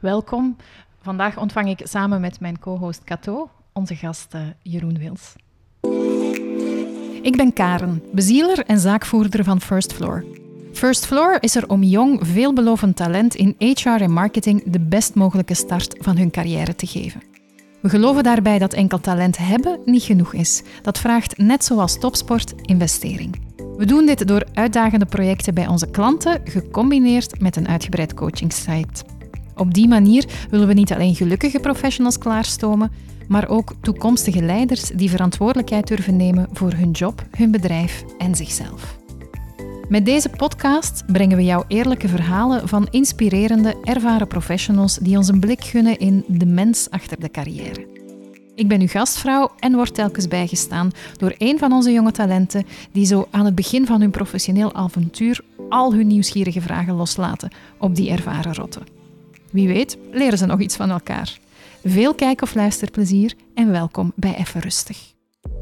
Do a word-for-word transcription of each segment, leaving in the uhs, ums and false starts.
Welkom. Vandaag ontvang ik samen met mijn co-host Cato onze gast uh, Jeroen Wils. Ik ben Karen, bezieler en zaakvoerder van First Floor. First Floor is er om jong, veelbelovend talent in H R en marketing de best mogelijke start van hun carrière te geven. We geloven daarbij dat enkel talent hebben niet genoeg is. Dat vraagt, net zoals topsport, investering. We doen dit door uitdagende projecten bij onze klanten, gecombineerd met een uitgebreid coachingssite. Op die manier willen we niet alleen gelukkige professionals klaarstomen, maar ook toekomstige leiders die verantwoordelijkheid durven nemen voor hun job, hun bedrijf en zichzelf. Met deze podcast brengen we jou eerlijke verhalen van inspirerende, ervaren professionals die ons een blik gunnen in de mens achter de carrière. Ik ben uw gastvrouw en word telkens bijgestaan door een van onze jonge talenten die zo aan het begin van hun professioneel avontuur al hun nieuwsgierige vragen loslaten op die ervaren rotten. Wie weet, leren ze nog iets van elkaar. Veel kijk- of luisterplezier en welkom bij Even Rustig.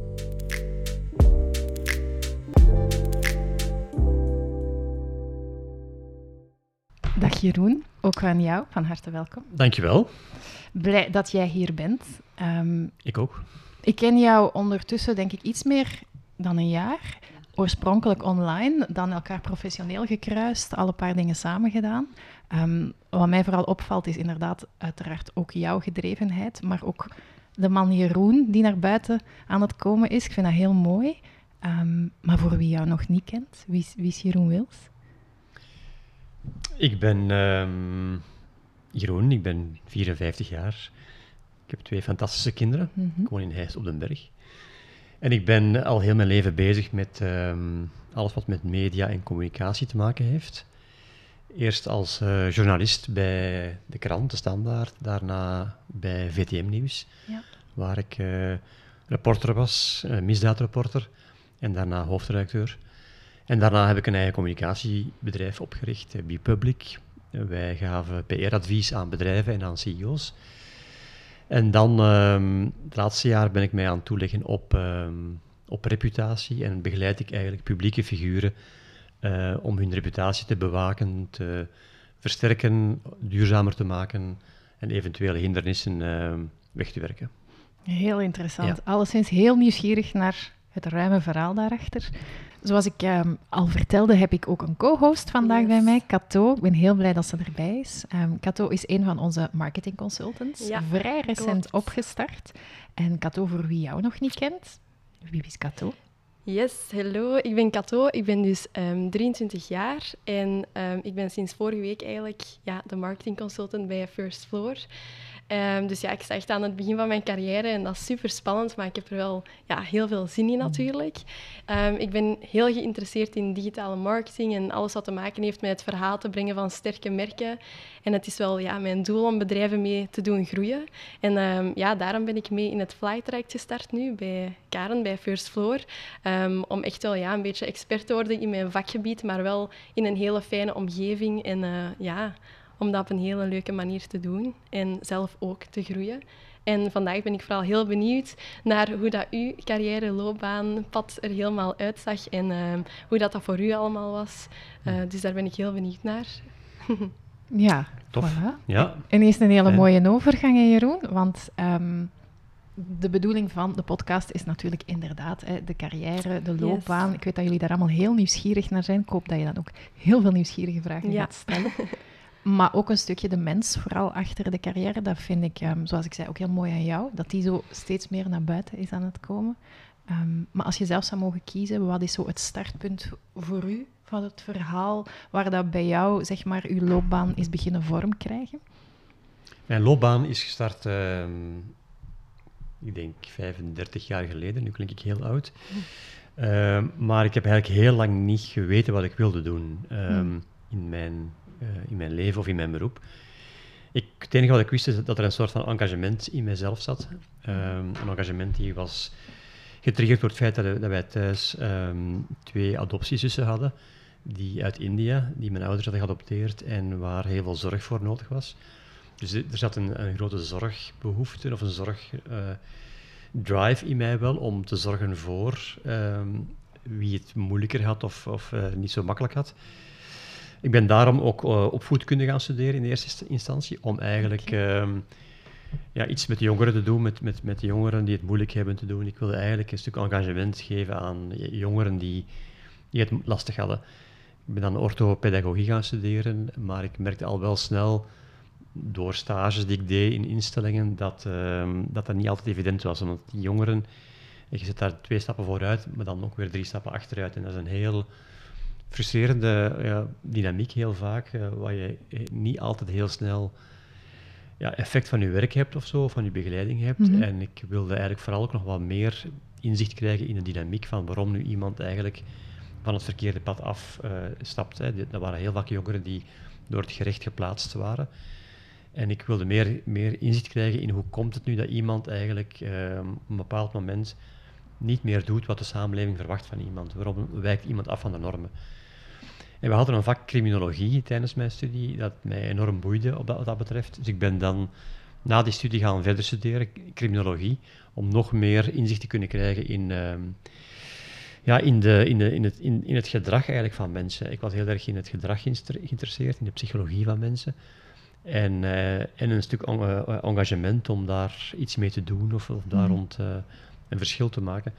Dag Jeroen, ook aan jou, van harte welkom. Dankjewel. Blij dat jij hier bent. Um, ik ook. Ik ken jou ondertussen denk ik iets meer dan een jaar. Oorspronkelijk online, dan elkaar professioneel gekruist, alle paar dingen samen gedaan. Um, wat mij vooral opvalt is inderdaad uiteraard ook jouw gedrevenheid, maar ook de man Jeroen die naar buiten aan het komen is. Ik vind dat heel mooi. Um, maar voor wie jou nog niet kent, wie is, wie is Jeroen Wils? Ik ben um, Jeroen, ik ben vierenvijftig jaar. Ik heb twee fantastische kinderen. Mm-hmm. Ik woon in Heist op den Berg. En ik ben al heel mijn leven bezig met um, alles wat met media en communicatie te maken heeft. Eerst als uh, journalist bij de krant, de Standaard. Daarna bij V T M Nieuws, ja. waar ik uh, reporter was, uh, misdaadreporter. En daarna hoofdredacteur. En daarna heb ik een eigen communicatiebedrijf opgericht, uh, BePublic. Uh, wij gaven P R-advies aan bedrijven en aan C E O's. En dan, um, het laatste jaar ben ik mij aan het toeleggen op, um, op reputatie en begeleid ik eigenlijk publieke figuren uh, om hun reputatie te bewaken, te versterken, duurzamer te maken en eventuele hindernissen uh, weg te werken. Heel interessant. Ja. Alleszins heel nieuwsgierig naar het ruime verhaal daarachter. Zoals ik um, al vertelde, heb ik ook een co-host vandaag yes. bij mij, Cato. Ik ben heel blij dat ze erbij is. Um, Cato is een van onze marketing consultants, ja, vrij recent klopt. opgestart. En Cato, voor wie jou nog niet kent, wie is Cato? Yes, hallo. Ik ben Cato. Ik ben dus um, drieëntwintig jaar en um, ik ben sinds vorige week eigenlijk ja, de marketing consultant bij First Floor. Um, dus ja, ik sta echt aan het begin van mijn carrière en dat is super spannend, maar ik heb er wel ja, heel veel zin in natuurlijk. Um, ik ben heel geïnteresseerd in digitale marketing en alles wat te maken heeft met het verhaal te brengen van sterke merken. En het is wel ja, mijn doel om bedrijven mee te doen groeien. En um, ja, daarom ben ik mee in het Fly-traject gestart nu bij Karen, bij First Floor. Um, om echt wel ja, een beetje expert te worden in mijn vakgebied, maar wel in een hele fijne omgeving en uh, ja... om dat op een hele leuke manier te doen en zelf ook te groeien. En vandaag ben ik vooral heel benieuwd naar hoe dat uw carrière-loopbaanpad er helemaal uitzag en uh, hoe dat, dat voor u allemaal was. Uh, dus daar ben ik heel benieuwd naar. Ja, tof. Voilà. Ja. En eerst een hele Fijn. mooie overgang, hè, Jeroen, want... Um, de bedoeling van de podcast is natuurlijk inderdaad hè, de carrière, de loopbaan. Yes. Ik weet dat jullie daar allemaal heel nieuwsgierig naar zijn. Ik hoop dat je dan ook heel veel nieuwsgierige vragen ja. gaat stellen. Maar ook een stukje de mens, vooral achter de carrière, dat vind ik, um, zoals ik zei, ook heel mooi aan jou. Dat die zo steeds meer naar buiten is aan het komen. Um, maar als je zelf zou mogen kiezen, wat is zo het startpunt voor u van het verhaal, waar dat bij jou, zeg maar, uw loopbaan is beginnen vorm krijgen? Mijn loopbaan is gestart, uh, ik denk vijfendertig jaar geleden. Nu klink ik heel oud. Uh, maar ik heb eigenlijk heel lang niet geweten wat ik wilde doen um, hmm. in mijn... Uh, in mijn leven of in mijn beroep. Ik, het enige wat ik wist is dat er een soort van engagement in mijzelf zat. Um, een engagement die was getriggerd door het feit dat, dat wij thuis um, twee adoptiezussen hadden, die uit India, die mijn ouders hadden geadopteerd en waar heel veel zorg voor nodig was. Dus er zat een, een grote zorgbehoefte of een zorgdrive uh, in mij wel om te zorgen voor um, wie het moeilijker had of, of uh, niet zo makkelijk had. Ik ben daarom ook uh, opvoedkunde gaan studeren in de eerste instantie, om eigenlijk okay. um, ja, iets met de jongeren te doen, met, met, met de jongeren die het moeilijk hebben te doen. Ik wilde eigenlijk een stuk engagement geven aan jongeren die, die het lastig hadden. Ik ben dan orthopedagogie gaan studeren, maar ik merkte al wel snel, door stages die ik deed in instellingen, dat, um, dat dat niet altijd evident was. Omdat die jongeren, je zet daar twee stappen vooruit, maar dan ook weer drie stappen achteruit. En dat is een heel frustrerende ja, dynamiek heel vaak, uh, waar je niet altijd heel snel ja, effect van je werk hebt of zo, of van je begeleiding hebt. Mm-hmm. En ik wilde eigenlijk vooral ook nog wat meer inzicht krijgen in de dynamiek van waarom nu iemand eigenlijk van het verkeerde pad afstapt. Uh, dat waren heel vaak jongeren die door het gerecht geplaatst waren. En ik wilde meer, meer inzicht krijgen in hoe komt het nu dat iemand eigenlijk uh, op een bepaald moment niet meer doet wat de samenleving verwacht van iemand. Waarom wijkt iemand af van de normen? En we hadden een vak criminologie tijdens mijn studie, dat mij enorm boeide op dat, wat dat betreft. Dus ik ben dan na die studie gaan verder studeren, criminologie, om nog meer inzicht te kunnen krijgen in, uh, ja, in, de, in, de, in, het, in, in het gedrag eigenlijk van mensen. Ik was heel erg in het gedrag geïnteresseerd, in de psychologie van mensen. En, uh, en een stuk on, uh, engagement om daar iets mee te doen of, of daar rond uh, een verschil te maken.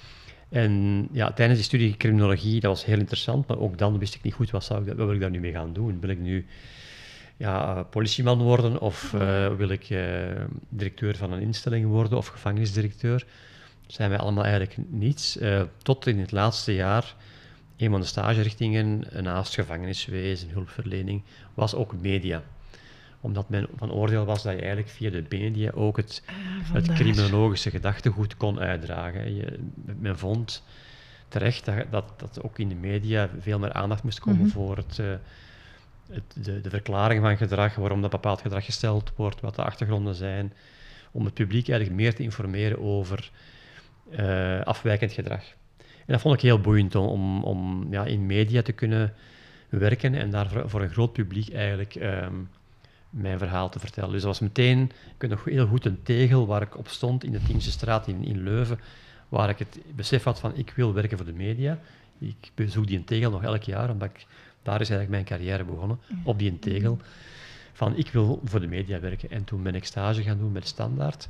En ja, tijdens die studie criminologie, dat was heel interessant, maar ook dan wist ik niet goed wat, zou ik, wat wil ik daar nu mee gaan doen. Wil ik nu ja, politieman worden of uh, wil ik uh, directeur van een instelling worden of gevangenisdirecteur? Dat zijn wij allemaal eigenlijk niets. Uh, tot in het laatste jaar, een van de stagerichtingen naast gevangeniswezen, hulpverlening, was ook media. Omdat men van oordeel was dat je eigenlijk via de media ook het, ah, het criminologische gedachtegoed kon uitdragen. Je, men vond terecht dat, dat, dat ook in de media veel meer aandacht moest komen mm-hmm. voor het, uh, het, de, de verklaring van gedrag, waarom dat bepaald gedrag gesteld wordt, wat de achtergronden zijn, om het publiek eigenlijk meer te informeren over uh, afwijkend gedrag. En dat vond ik heel boeiend om, om, om ja, in media te kunnen werken en daar voor, voor een groot publiek eigenlijk um, mijn verhaal te vertellen. Dus dat was meteen, ik weet nog heel goed, een tegel waar ik op stond in de Tiense straat in, in Leuven, waar ik het besef had van ik wil werken voor de media. Ik bezoek die een tegel nog elk jaar, omdat ik, daar is eigenlijk mijn carrière begonnen, op die een tegel, van ik wil voor de media werken. En toen ben ik stage gaan doen met Standaard.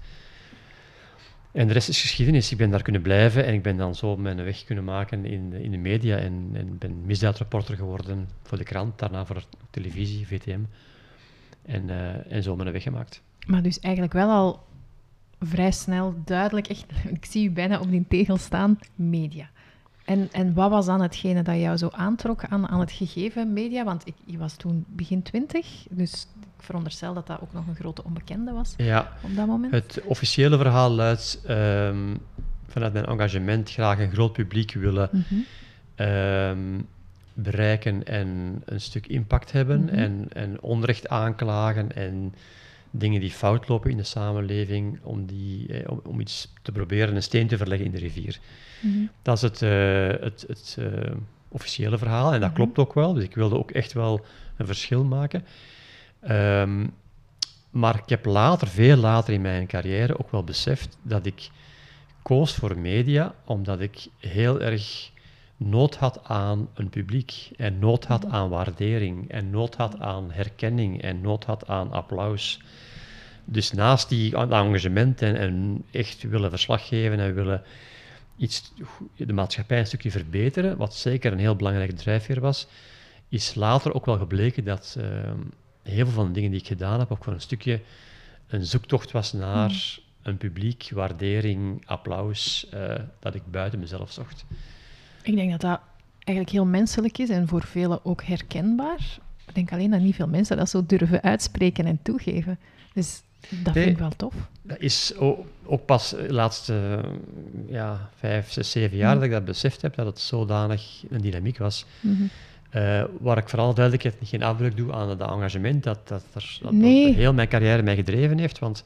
En de rest is geschiedenis. Ik ben daar kunnen blijven en ik ben dan zo mijn weg kunnen maken in de, in de media en, en ben misdaadreporter geworden voor de krant, daarna voor televisie, V T M. En, uh, en zo mijn weg gemaakt. Maar dus eigenlijk wel al vrij snel duidelijk, echt, ik zie u bijna op die tegel staan, media. En, en wat was dan hetgene dat jou zo aantrok aan, aan het gegeven media? Want ik, je was toen begin twintig, dus ik veronderstel dat dat ook nog een grote onbekende was ja, op dat moment. Het officiële verhaal luidt um, vanuit mijn engagement graag een groot publiek willen mm-hmm. um, bereiken en een stuk impact hebben mm-hmm. en, en onrecht aanklagen en dingen die fout lopen in de samenleving, om, die, eh, om, om iets te proberen, een steen te verleggen in de rivier. Mm-hmm. Dat is het, uh, het, het uh, officiële verhaal en dat mm-hmm. klopt ook wel. Dus ik wilde ook echt wel een verschil maken. Um, maar ik heb later, veel later in mijn carrière, ook wel beseft dat ik koos voor media, omdat ik heel erg nood had aan een publiek en nood had aan waardering en nood had aan herkenning en nood had aan applaus. Dus naast die engagement en, en echt willen verslag geven en willen iets, de maatschappij een stukje verbeteren, wat zeker een heel belangrijke drijfveer was, is later ook wel gebleken dat uh, heel veel van de dingen die ik gedaan heb ook voor een stukje een zoektocht was naar mm. een publiek, waardering, applaus, uh, dat ik buiten mezelf zocht. Ik denk dat dat eigenlijk heel menselijk is en voor velen ook herkenbaar. Ik denk alleen dat niet veel mensen dat zo durven uitspreken en toegeven. Dus dat nee, vind ik wel tof. Dat is ook, ook pas de laatste ja, vijf, zes, zeven jaar mm. dat ik dat beseft heb, dat het zodanig een dynamiek was. Mm-hmm. Uh, waar ik vooral duidelijk geen afbreuk doe aan het engagement dat, dat, er, dat, nee. dat heel mijn carrière mij gedreven heeft. Want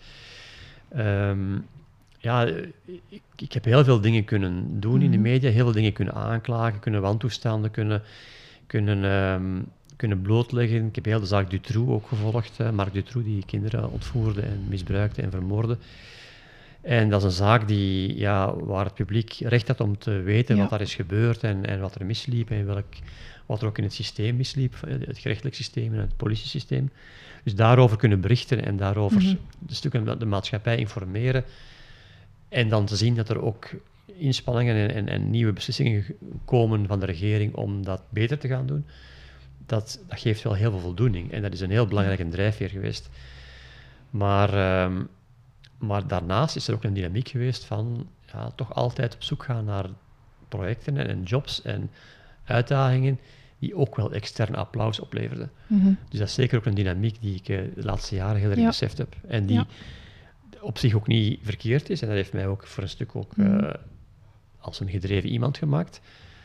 um, ja, ik, ik heb heel veel dingen kunnen doen mm-hmm. in de media, heel veel dingen kunnen aanklagen, kunnen wantoestanden, kunnen, kunnen, um, kunnen blootleggen. Ik heb heel de zaak Dutroux ook gevolgd, hè, Marc Dutroux, die kinderen ontvoerde en misbruikte en vermoordde. En dat is een zaak die, ja, waar het publiek recht had om te weten ja. wat er is gebeurd en, en wat er misliep en welk wat er ook in het systeem misliep, het gerechtelijk systeem en het politiesysteem. Dus daarover kunnen berichten en daarover mm-hmm. de stukken de maatschappij informeren. En dan te zien dat er ook inspanningen en, en, en nieuwe beslissingen komen van de regering om dat beter te gaan doen. Dat, dat geeft wel heel veel voldoening. En dat is een heel belangrijke drijfveer geweest. Maar, um, maar daarnaast is er ook een dynamiek geweest van ja, toch altijd op zoek gaan naar projecten en, en jobs en uitdagingen die ook wel extern applaus opleverden. Mm-hmm. Dus dat is zeker ook een dynamiek die ik uh, de laatste jaren heel erg ja. beseft heb. En die ja. op zich ook niet verkeerd is. En dat heeft mij ook voor een stuk ook uh, mm-hmm. als een gedreven iemand gemaakt.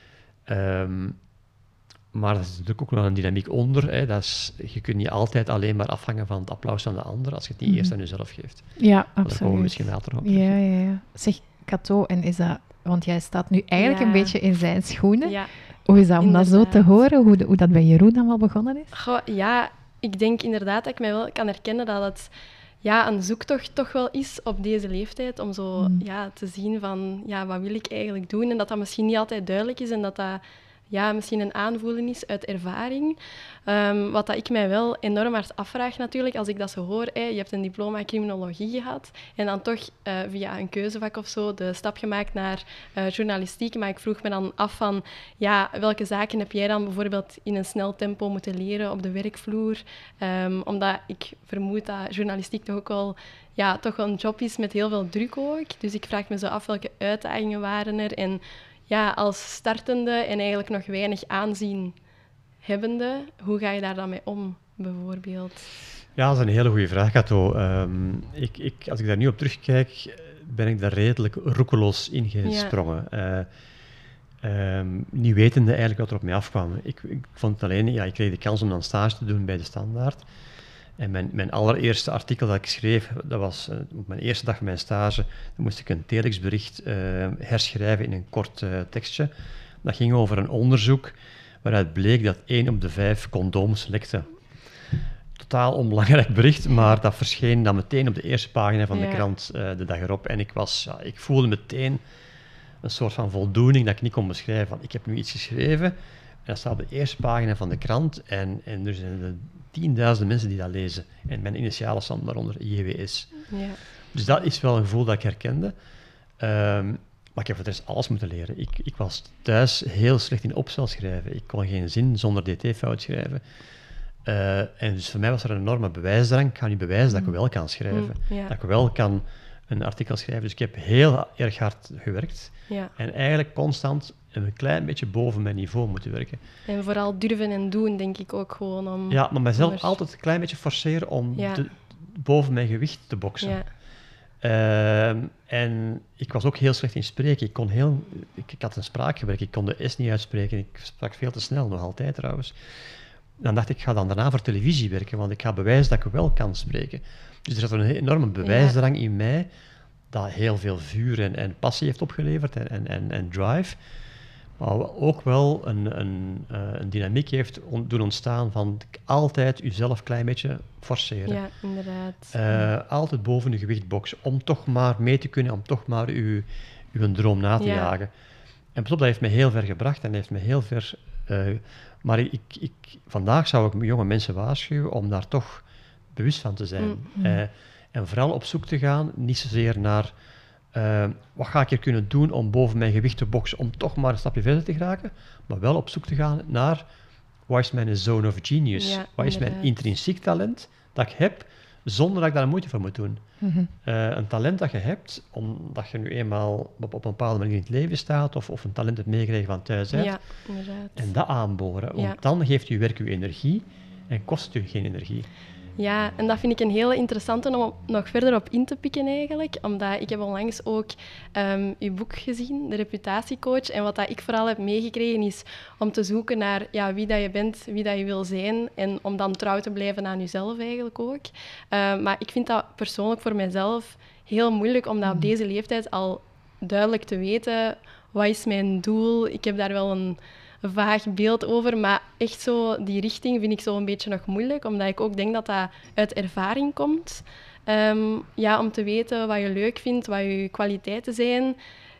Um, maar er is natuurlijk ook nog een dynamiek onder. Hè. Dat is, je kunt niet altijd alleen maar afhangen van het applaus van de ander als je het niet mm-hmm. eerst aan jezelf geeft. Ja, absoluut. Daar komen we misschien later op. Ja, ja, ja. Zeg, Cato, en is dat... Want jij staat nu eigenlijk ja. een beetje in zijn schoenen. Ja. Hoe is dat om inderdaad. dat zo te horen? Hoe, de, hoe dat bij Jeroen dan wel begonnen is? Goh, ja, ik denk inderdaad dat ik mij wel kan herkennen dat het ja, een zoektocht toch wel is op deze leeftijd. Om zo mm. ja, te zien van, ja, wat wil ik eigenlijk doen? En dat dat misschien niet altijd duidelijk is en dat dat ja, misschien een aanvoelen is uit ervaring. Um, wat dat ik mij wel enorm hard afvraag natuurlijk, als ik dat zo hoor. Hey, je hebt een diploma criminologie gehad en dan toch uh, via een keuzevak of zo de stap gemaakt naar uh, journalistiek. Maar ik vroeg me dan af van, ja, welke zaken heb jij dan bijvoorbeeld in een snel tempo moeten leren op de werkvloer? Um, omdat ik vermoed dat journalistiek toch ook wel ja, toch wel een job is met heel veel druk ook. Dus ik vraag me zo af welke uitdagingen waren er en ja, als startende en eigenlijk nog weinig aanzien hebbende, hoe ga je daar dan mee om, bijvoorbeeld? Ja, dat is een hele goede vraag, Cato. Um, ik, ik, als ik daar nu op terugkijk, ben ik daar redelijk roekeloos ingesprongen. Ja. Uh, um, niet wetende eigenlijk wat er op mij afkwam. Ik, ik vond het alleen, ja, ik kreeg de kans om dan stage te doen bij De Standaard. En mijn, mijn allereerste artikel dat ik schreef, dat was uh, op mijn eerste dag van mijn stage, dan moest ik een telexbericht uh, herschrijven in een kort uh, tekstje. Dat ging over een onderzoek waaruit bleek dat één op de vijf condooms lekte. Totaal onbelangrijk bericht, maar dat verscheen dan meteen op de eerste pagina van ja. de krant uh, de dag erop. En ik, was, ja, ik voelde meteen een soort van voldoening dat ik niet kon beschrijven. Van, ik heb nu iets geschreven en dat staat op de eerste pagina van de krant en, en er zijn de tienduizenden mensen die dat lezen. En mijn initialen staan daaronder, J W S. Ja. Dus dat is wel een gevoel dat ik herkende. Um, maar ik heb voor de rest alles moeten leren. Ik, ik was thuis heel slecht in opstel schrijven. Ik kon geen zin zonder D T-fout schrijven. Uh, en dus voor mij was er een enorme bewijsdrang. Ik ga nu bewijzen mm. dat ik wel kan schrijven. Mm, ja. Dat ik wel kan een artikel schrijven. Dus ik heb heel erg hard gewerkt. Ja. En eigenlijk constant een klein beetje boven mijn niveau moeten werken. En vooral durven en doen, denk ik ook gewoon om... Ja, maar mezelf anders... altijd een klein beetje forceren om ja. te, boven mijn gewicht te boksen. Ja. Uh, en ik was ook heel slecht in spreken. Ik, kon heel, ik, ik had een spraakgebrek, ik kon de S niet uitspreken. Ik sprak veel te snel, nog altijd trouwens. Dan dacht ik, ik ga dan daarna voor televisie werken, want ik ga bewijzen dat ik wel kan spreken. Dus er zat een enorme bewijsdrang ja. in mij, dat heel veel vuur en, en passie heeft opgeleverd en, en, en, en drive. Maar ook wel een, een, uh, een dynamiek heeft on, doen ontstaan van altijd jezelf een klein beetje forceren. Ja, inderdaad. Uh, altijd boven je gewicht boksen, om toch maar mee te kunnen, om toch maar uw, uw droom na te ja. jagen. En pas op, dat heeft me heel ver gebracht en heeft me heel ver... Uh, maar ik, ik, vandaag zou ik jonge mensen waarschuwen om daar toch bewust van te zijn. Mm-hmm. Uh, en vooral op zoek te gaan, niet zozeer naar... Uh, wat ga ik hier kunnen doen om boven mijn gewicht te boksen, om toch maar een stapje verder te geraken, maar wel op zoek te gaan naar wat is mijn zone of genius, ja, wat is mijn intrinsiek talent dat ik heb, zonder dat ik daar moeite voor moet doen. Mm-hmm. Uh, een talent dat je hebt, omdat je nu eenmaal op, op een bepaalde manier in het leven staat, of, of een talent hebt meegekregen van thuis uit, ja, en dat aanboren, want ja. dan geeft je werk je energie en kost het je geen energie. Ja, en dat vind ik een hele interessante om nog verder op in te pikken eigenlijk. Omdat ik heb onlangs ook um, uw boek gezien, De Reputatiecoach. En wat dat ik vooral heb meegekregen is om te zoeken naar ja, wie dat je bent, wie dat je wil zijn. En om dan trouw te blijven aan jezelf eigenlijk ook. Uh, maar ik vind dat persoonlijk voor mijzelf heel moeilijk om dat op deze leeftijd al duidelijk te weten. Wat is mijn doel? Ik heb daar wel een... een vaag beeld over, maar echt zo die richting vind ik zo een beetje nog moeilijk, omdat ik ook denk dat dat uit ervaring komt. Um, ja, om te weten wat je leuk vindt, wat je kwaliteiten zijn,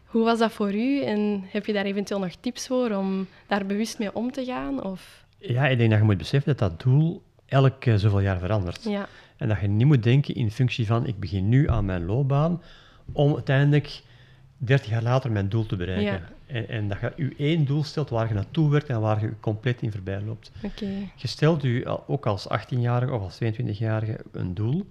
Hoe was dat voor u? En heb je daar eventueel nog tips voor om daar bewust mee om te gaan? Of? Ja, ik denk dat je moet beseffen dat dat doel elke zoveel jaar verandert. Ja. En dat je niet moet denken in functie van, ik begin nu aan mijn loopbaan, om uiteindelijk dertig jaar later mijn doel te bereiken. Ja. En, en dat je je één doel stelt waar je naartoe werkt en waar je compleet in voorbij loopt. Okay. Je stelt je al- ook als achttienjarige of als tweeëntwintigjarige een doel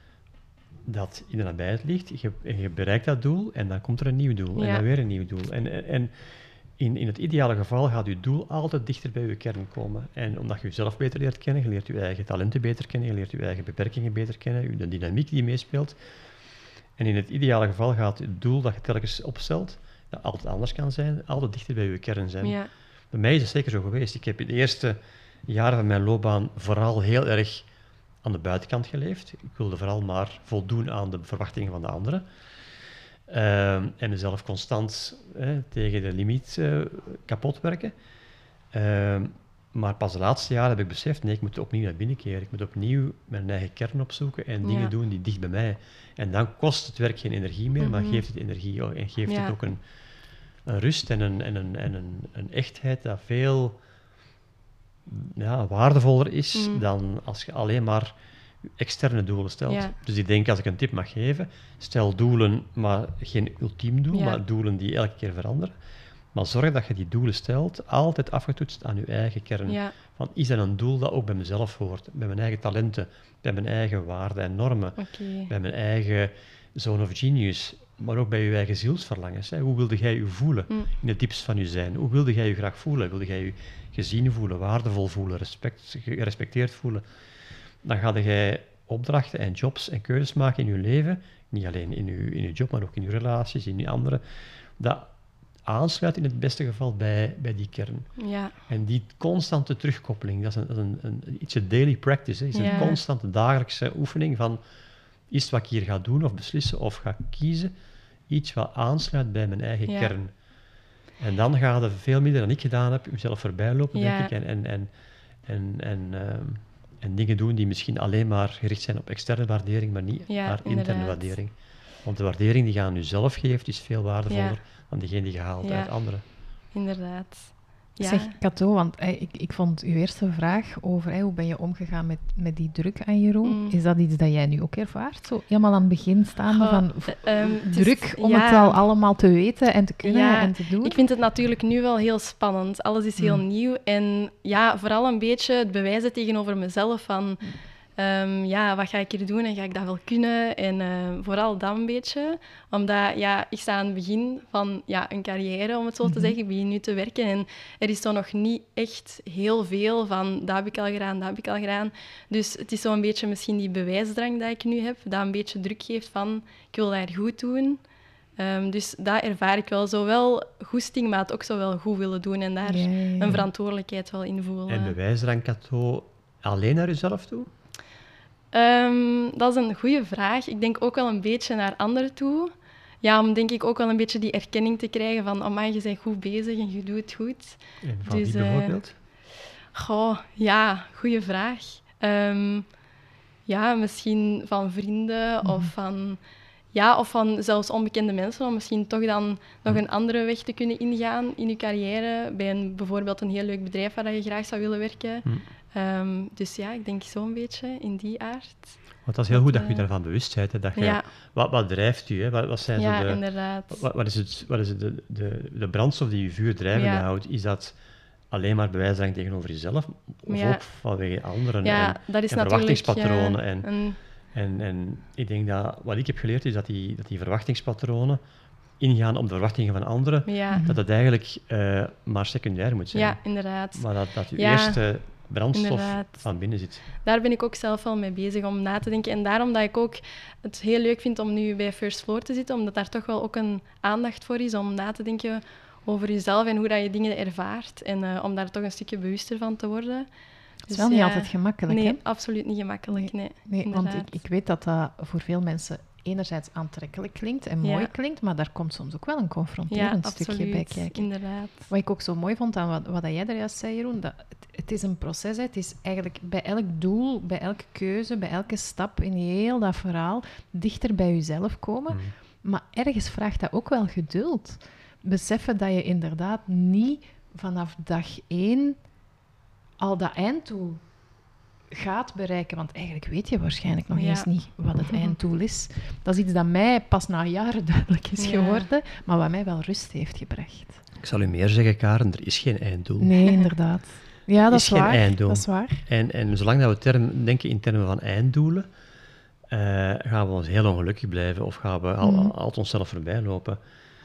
dat in de nabijheid ligt. Je, en je bereikt dat doel en dan komt er een nieuw doel. Ja. En dan weer een nieuw doel. En, en, en in, in het ideale geval gaat je doel altijd dichter bij je kern komen. En omdat je jezelf beter leert kennen, je leert je eigen talenten beter kennen, je leert je eigen beperkingen beter kennen, de dynamiek die meespeelt. En in het ideale geval gaat het doel dat je telkens opstelt, dat altijd anders kan zijn, altijd dichter bij je kern zijn. Ja. Bij mij is het zeker zo geweest. Ik heb in de eerste jaren van mijn loopbaan vooral heel erg aan de buitenkant geleefd. Ik wilde vooral maar voldoen aan de verwachtingen van de anderen. Uh, en mezelf constant eh, tegen de limiet uh, kapot werken. Uh, maar pas de laatste jaren heb ik beseft, nee, ik moet opnieuw naar binnen keren. Ik moet opnieuw mijn eigen kern opzoeken en dingen Ja. doen die dicht bij mij. En dan kost het werk geen energie meer, Mm-hmm. maar geeft het energie en geeft Ja. het ook een, een rust en, een, en, een, en een, een echtheid dat veel ja, waardevoller is Mm. dan als je alleen maar externe doelen stelt. Ja. Dus ik denk, als ik een tip mag geven, stel doelen, maar geen ultiem doel, Ja. maar doelen die elke keer veranderen. Maar zorg dat je die doelen stelt, altijd afgetoetst aan je eigen kern. Ja. Van, is dat een doel dat ook bij mezelf hoort, bij mijn eigen talenten, bij mijn eigen waarden en normen, Okay. bij mijn eigen zone of genius, maar ook bij je eigen zielsverlangens. Hè. Hoe wilde jij je voelen Mm. in het diepst van je zijn? Hoe wilde jij je graag voelen? Wilde jij je gezien voelen, waardevol voelen, respect, gerespecteerd voelen? Dan ga jij opdrachten en jobs en keuzes maken in je leven, niet alleen in je, in je job, maar ook in je relaties, in je andere, dat aansluit in het beste geval bij, bij die kern. Ja. En die constante terugkoppeling, dat is een, dat is een, een, iets een daily practice, hè. Is Ja. een constante dagelijkse oefening van, is het wat ik hier ga doen of beslissen of ga kiezen, iets wat aansluit bij mijn eigen Ja. kern. En dan gaat het veel minder dan ik gedaan heb, mezelf voorbij lopen, Ja. denk ik, en, en, en, en, en, ehm, en dingen doen die misschien alleen maar gericht zijn op externe waardering, maar niet Ja, naar interne inderdaad. waardering. Want de waardering die je aan jezelf geeft, is veel waardevoller Ja. dan diegene die je haalt Ja. uit anderen. Inderdaad. Ja. Zeg, Cato, want eh, ik, ik vond uw eerste vraag over eh, hoe ben je omgegaan met, met die druk aan Jeroen, Mm. is dat iets dat jij nu ook ervaart? Zo helemaal aan het begin staande Goh, van eh, v- ehm, het is- druk om ja. het al allemaal te weten en te kunnen Ja, en te doen? Ik vind het natuurlijk nu wel heel spannend. Alles is heel Mm. nieuw. En ja, vooral een beetje het bewijzen tegenover mezelf van... ehm, ja, wat ga ik hier doen en ga ik dat wel kunnen? En ehm, vooral dat een beetje. Omdat ja, ik sta aan het begin van ja, een carrière, om het zo te Mhm. zeggen. Ik begin nu te werken en er is toch nog niet echt heel veel van... Dat heb ik al gedaan, dat heb ik al gedaan. Dus het is zo'n beetje misschien die bewijsdrang dat ik nu heb, dat een beetje druk geeft van... Ik wil dat goed doen. Um, dus dat ervaar ik wel. Zowel goesting, maar het ook zo wel goed willen doen en daar Ja, ja, ja. een verantwoordelijkheid wel in voelen. En bewijsdrang, Cato, alleen naar jezelf toe? Um, dat is een goede vraag. Ik denk ook wel een beetje naar anderen toe. Ja, om denk ik ook wel een beetje die erkenning te krijgen van amai, je bent goed bezig en je doet het goed. En van Dus, wie eh, bijvoorbeeld? Goh, ja, goede vraag. Um, ja, misschien van vrienden Mhm. of van... Ja, of van zelfs onbekende mensen, om misschien toch dan nog Mhm. een andere weg te kunnen ingaan in je carrière. Bij een, bijvoorbeeld een heel leuk bedrijf waar je graag zou willen werken. Hm. Um, dus ja, ik denk zo'n beetje in die aard. Want dat is heel dat, goed dat je eh, je daarvan bewust bent. Hè, dat je, Ja, wat, wat drijft u? Hè? Wat, wat zijn ja zo de, inderdaad. wat, wat is, het, wat is het de, de, de brandstof die je vuur drijvende Ja. houdt? Is dat alleen maar bewijsdrang tegenover jezelf? Of Ja. ook vanwege anderen? Ja, en, dat is en natuurlijk... verwachtingspatronen ja, en- een- En, en ik denk dat wat ik heb geleerd is dat die, dat die verwachtingspatronen ingaan op de verwachtingen van anderen, ja, Mhm. dat dat eigenlijk eh, maar secundair moet zijn. ja, inderdaad. Maar dat, dat je Ja, eerste brandstof inderdaad. van binnen zit. Daar ben ik ook zelf wel mee bezig om na te denken. En daarom dat ik ook het heel leuk vind om nu bij First Floor te zitten, omdat daar toch wel ook een aandacht voor is om na te denken over jezelf en hoe dat je dingen ervaart. En uh, om daar toch een stukje bewuster van te worden. Het is wel niet altijd gemakkelijk, Nee, hè? absoluut niet gemakkelijk. Nee, Nee, want inderdaad. ik, ik weet dat dat voor veel mensen enerzijds aantrekkelijk klinkt en mooi Ja. klinkt, maar daar komt soms ook wel een confronterend ja, stukje absoluut, bij kijken. inderdaad. Wat ik ook zo mooi vond aan wat, wat jij er juist zei, Jeroen, dat het, het is een proces. Hè. Het is eigenlijk bij elk doel, bij elke keuze, bij elke stap in heel dat verhaal dichter bij jezelf komen. Mm. Maar ergens vraagt dat ook wel geduld. beseffen dat je inderdaad niet vanaf dag één al dat einddoel gaat bereiken. Want eigenlijk weet je waarschijnlijk nog Ja. eens niet wat het einddoel is. Dat is iets dat mij pas na jaren duidelijk is Ja. geworden, maar wat mij wel rust heeft gebracht. Ik zal u meer zeggen, Karen, er is geen einddoel. Nee, inderdaad. Ja, dat is is, geen waar. einddoel. Dat is waar. En, en zolang dat we term, denken in termen van einddoelen, uh, gaan we ons heel ongelukkig blijven of gaan we al, Mm. al, altijd onszelf voorbij lopen.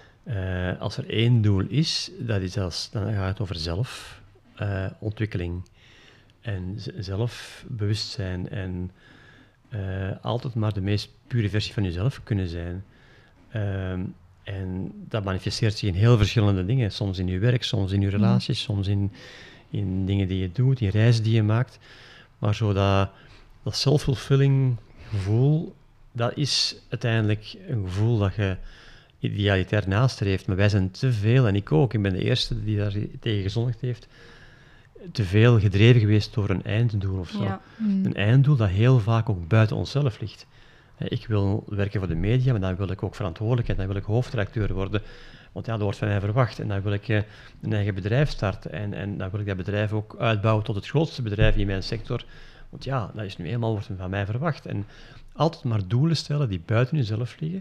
Uh, als er één doel is, dat is als, dan gaat het over zelfontwikkeling uh, en z- zelfbewustzijn en uh, altijd maar de meest pure versie van jezelf kunnen zijn. Uh, en dat manifesteert zich in heel verschillende dingen. Soms in je werk, soms in je relaties, mm. soms in, in dingen die je doet, in reizen die je maakt. Maar zo dat, dat self-fulfilling gevoel, dat is uiteindelijk een gevoel dat je idealitair nastreeft. Maar wij zijn te veel, en ik ook, ik ben de eerste die daar tegen gezondigd heeft, te veel gedreven geweest door een einddoel of zo. Ja. Mm. Een einddoel dat heel vaak ook buiten onszelf ligt. Ik wil werken voor de media, maar dan wil ik ook verantwoordelijkheid, dan wil ik hoofdredacteur worden. Want ja, dat wordt van mij verwacht. En dan wil ik uh, een eigen bedrijf starten. En, en dan wil ik dat bedrijf ook uitbouwen tot het grootste bedrijf in mijn sector. Want ja, dat is nu eenmaal wordt van mij verwacht. En altijd maar doelen stellen die buiten jezelf liggen,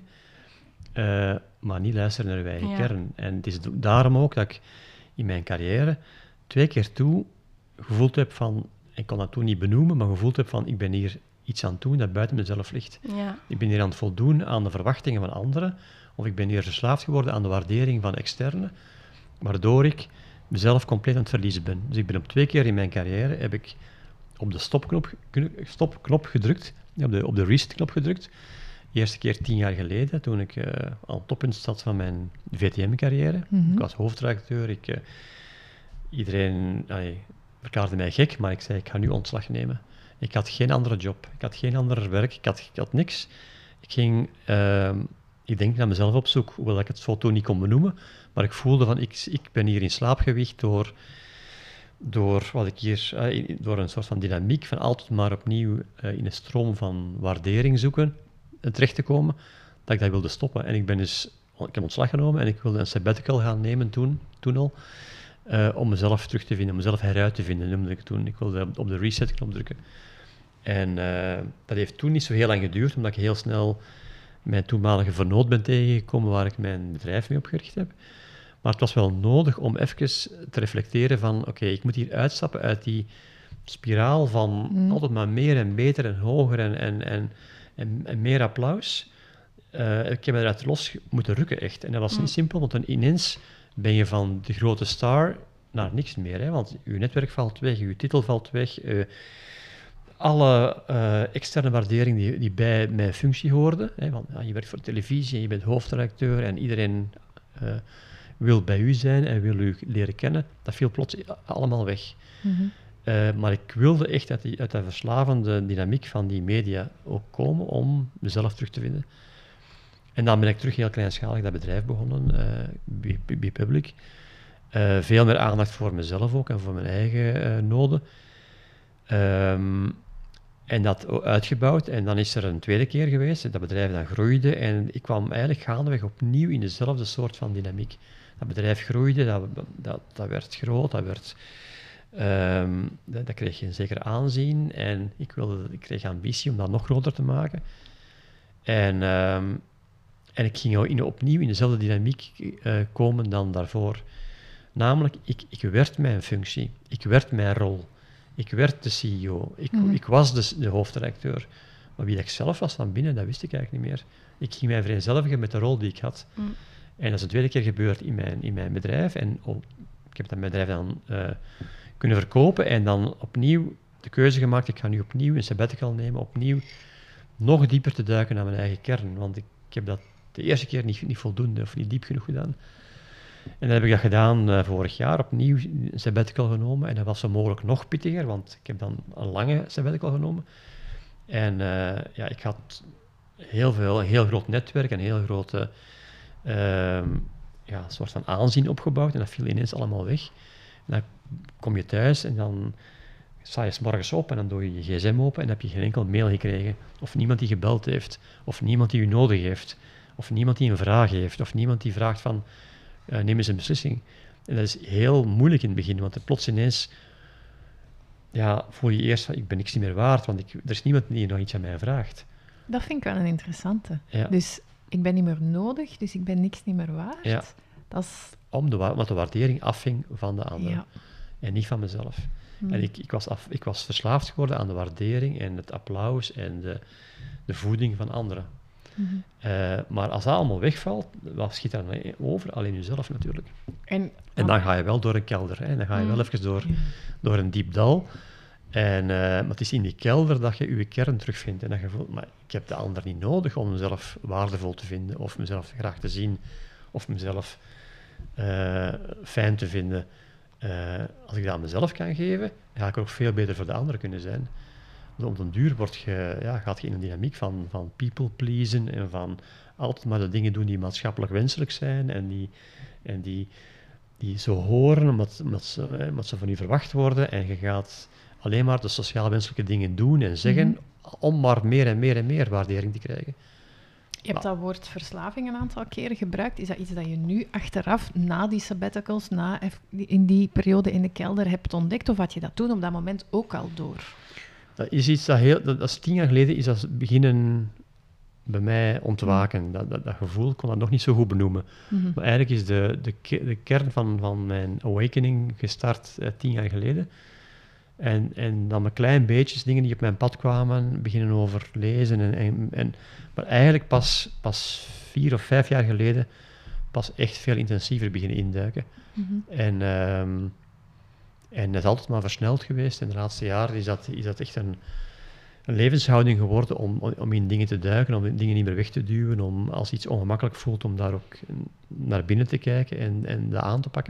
uh, maar niet luisteren naar je eigen Ja. kern. En het is daarom ook dat ik in mijn carrière twee keer toe gevoeld heb van, ik kon dat toen niet benoemen, maar gevoeld heb van, ik ben hier iets aan het doen dat buiten mezelf ligt. Ja. Ik ben hier aan het voldoen aan de verwachtingen van anderen, of ik ben hier verslaafd geworden aan de waardering van externen, waardoor ik mezelf compleet aan het verliezen ben. Dus ik ben op twee keer in mijn carrière, heb ik op de stopknop, stopknop gedrukt, op de, op de reset-knop gedrukt. De eerste keer tien jaar geleden, toen ik uh, aan het toppunt zat van mijn V T M-carrière. Mm-hmm. Ik was hoofdredacteur, ik, uh, iedereen allee, verklaarde mij gek, maar ik zei, ik ga nu ontslag nemen. Ik had geen andere job, ik had geen ander werk, ik had, ik had niks. Ik ging, uh, ik denk naar mezelf op zoek, hoewel ik het zo toen niet kon benoemen, maar ik voelde van, ik, ik ben hier in slaap gewicht door, door, wat ik hier, uh, door een soort van dynamiek van altijd maar opnieuw uh, in een stroom van waardering zoeken, uh, terecht te komen, dat ik dat wilde stoppen. En ik ben dus, ik heb ontslag genomen en ik wilde een sabbatical gaan nemen toen, toen al, uh, om mezelf terug te vinden, om mezelf heruit te vinden, noemde ik toen. Ik wilde op de reset-knop drukken. En uh, dat heeft toen niet zo heel lang geduurd, omdat ik heel snel mijn toenmalige vernoot ben tegengekomen waar ik mijn bedrijf mee opgericht heb. Maar het was wel nodig om even te reflecteren van, oké, okay, ik moet hier uitstappen uit die spiraal van mm. altijd maar meer en beter en hoger en, en, en, en, en meer applaus. Uh, ik heb me eruit los moeten rukken, echt. En dat was mm. niet simpel, want dan ineens ben je van de grote star naar niks meer. Hè? Want je netwerk valt weg, je titel valt weg, uh, alle uh, externe waardering die, die bij mijn functie hoorde. Hè? Want ja, je werkt voor televisie en je bent hoofdredacteur en iedereen uh, wil bij u zijn en wil u leren kennen. Dat viel plots allemaal weg. Mm-hmm. Uh, maar ik wilde echt uit die, uit die verslavende dynamiek van die media ook komen om mezelf terug te vinden. En dan ben ik terug heel kleinschalig dat bedrijf begonnen, uh, B-Public. Uh, veel meer aandacht voor mezelf ook en voor mijn eigen uh, noden. Um, en dat uitgebouwd. En dan is er een tweede keer geweest. Dat bedrijf dan groeide. En ik kwam eigenlijk gaandeweg opnieuw in dezelfde soort van dynamiek. Dat bedrijf groeide, dat, dat, dat werd groot, dat, werd, um, dat, dat kreeg een zeker aanzien. En ik, wilde, ik kreeg ambitie om dat nog groter te maken. En, um, en ik ging in, opnieuw in dezelfde dynamiek uh, komen dan daarvoor. Namelijk, ik, ik werd mijn functie. Ik werd mijn rol. Ik werd de C E O, ik, mm. ik was de, de hoofdredacteur. Maar wie dat ik zelf was van binnen, dat wist ik eigenlijk niet meer. Ik ging mij vereenzelvigen met de rol die ik had. Mm. En dat is de tweede keer gebeurd in mijn, in mijn bedrijf. En oh, ik heb dat bedrijf dan uh, kunnen verkopen en dan opnieuw de keuze gemaakt, ik ga nu opnieuw een sabbatical nemen, opnieuw nog dieper te duiken naar mijn eigen kern. Want ik, ik heb dat de eerste keer niet, niet voldoende of niet diep genoeg gedaan. En dan heb ik dat gedaan uh, vorig jaar, opnieuw een sabbatical genomen. En dat was zo mogelijk nog pittiger, want ik heb dan een lange sabbatical genomen. En uh, ja, ik had heel veel, een heel groot netwerk, een heel grote uh, ja, soort van aanzien opgebouwd. En dat viel ineens allemaal weg. En dan kom je thuis en dan sta je 's morgens op en dan doe je je gsm open en dan heb je geen enkel mail gekregen. Of niemand die gebeld heeft, of niemand die u nodig heeft, of niemand die een vraag heeft, of niemand die vraagt van... uh, neem eens een beslissing. En dat is heel moeilijk in het begin, want er plots ineens ja, voel je eerst van, ik ben niks niet meer waard, want ik, er is niemand die nog iets aan mij vraagt. Dat vind ik wel een interessante. Ja. Dus ik ben niet meer nodig, dus ik ben niks niet meer waard. Ja. Dat is... Om de, omdat de waardering afhing van de ander Ja. en niet van mezelf. Hmm. En ik, ik, was af, ik was verslaafd geworden aan de waardering en het applaus en de, de voeding van anderen. Mm-hmm. Uh, maar als dat allemaal wegvalt, wat schiet dan over? Alleen jezelf natuurlijk. En, en dan ga je wel door een kelder. Hè? Dan ga je wel even door, ja. door een diep dal. En, uh, maar het is in die kelder dat je je kern terugvindt. En dat je voelt, maar ik heb de ander niet nodig om mezelf waardevol te vinden, of mezelf graag te zien, of mezelf uh, fijn te vinden. Uh, als ik dat aan mezelf kan geven, ga ik ook veel beter voor de anderen kunnen zijn. Want op den duur word je, ja, gaat je in een dynamiek van, van people pleasen en van altijd maar de dingen doen die maatschappelijk wenselijk zijn en die, en die, die zo horen omdat, omdat, ze, hè, omdat ze van u verwacht worden. En je gaat alleen maar de sociaal wenselijke dingen doen en zeggen mm-hmm. om maar meer en meer en meer waardering te krijgen. Je hebt dat woord verslaving een aantal keren gebruikt. Is dat iets dat je nu achteraf, na die sabbaticals, na in die periode in de kelder hebt ontdekt? Of had je dat toen op dat moment ook al door? Dat is iets dat heel... Dat, dat is tien jaar geleden is dat beginnen bij mij ontwaken. Dat, dat, dat gevoel kon dat nog niet zo goed benoemen. Mm-hmm. Maar eigenlijk is de, de, de kern van, van mijn awakening gestart uh, tien jaar geleden. En, en dan met klein beetjes, dingen die op mijn pad kwamen, beginnen over lezen. En, en, en, maar eigenlijk pas, pas vier of vijf jaar geleden pas echt veel intensiever beginnen induiken. Mm-hmm. En, um, en dat is altijd maar versneld geweest. En de laatste jaren is dat, is dat echt een, een levenshouding geworden om, om in dingen te duiken, om dingen niet meer weg te duwen, om als iets ongemakkelijk voelt, om daar ook naar binnen te kijken en, en dat aan te pakken.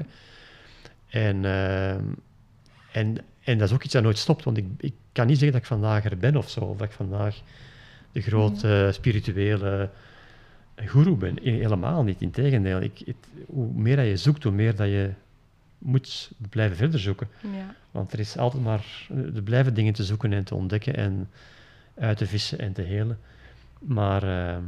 En... Um, en En dat is ook iets dat nooit stopt, want ik, ik kan niet zeggen dat ik vandaag er ben of zo, of dat ik vandaag de grote ja. uh, spirituele goeroe ben. Helemaal niet, integendeel. Ik, het, hoe meer dat je zoekt, hoe meer dat je moet blijven verder zoeken. Ja. Want er is altijd maar, er blijven dingen te zoeken en te ontdekken en uit te vissen en te helen. Maar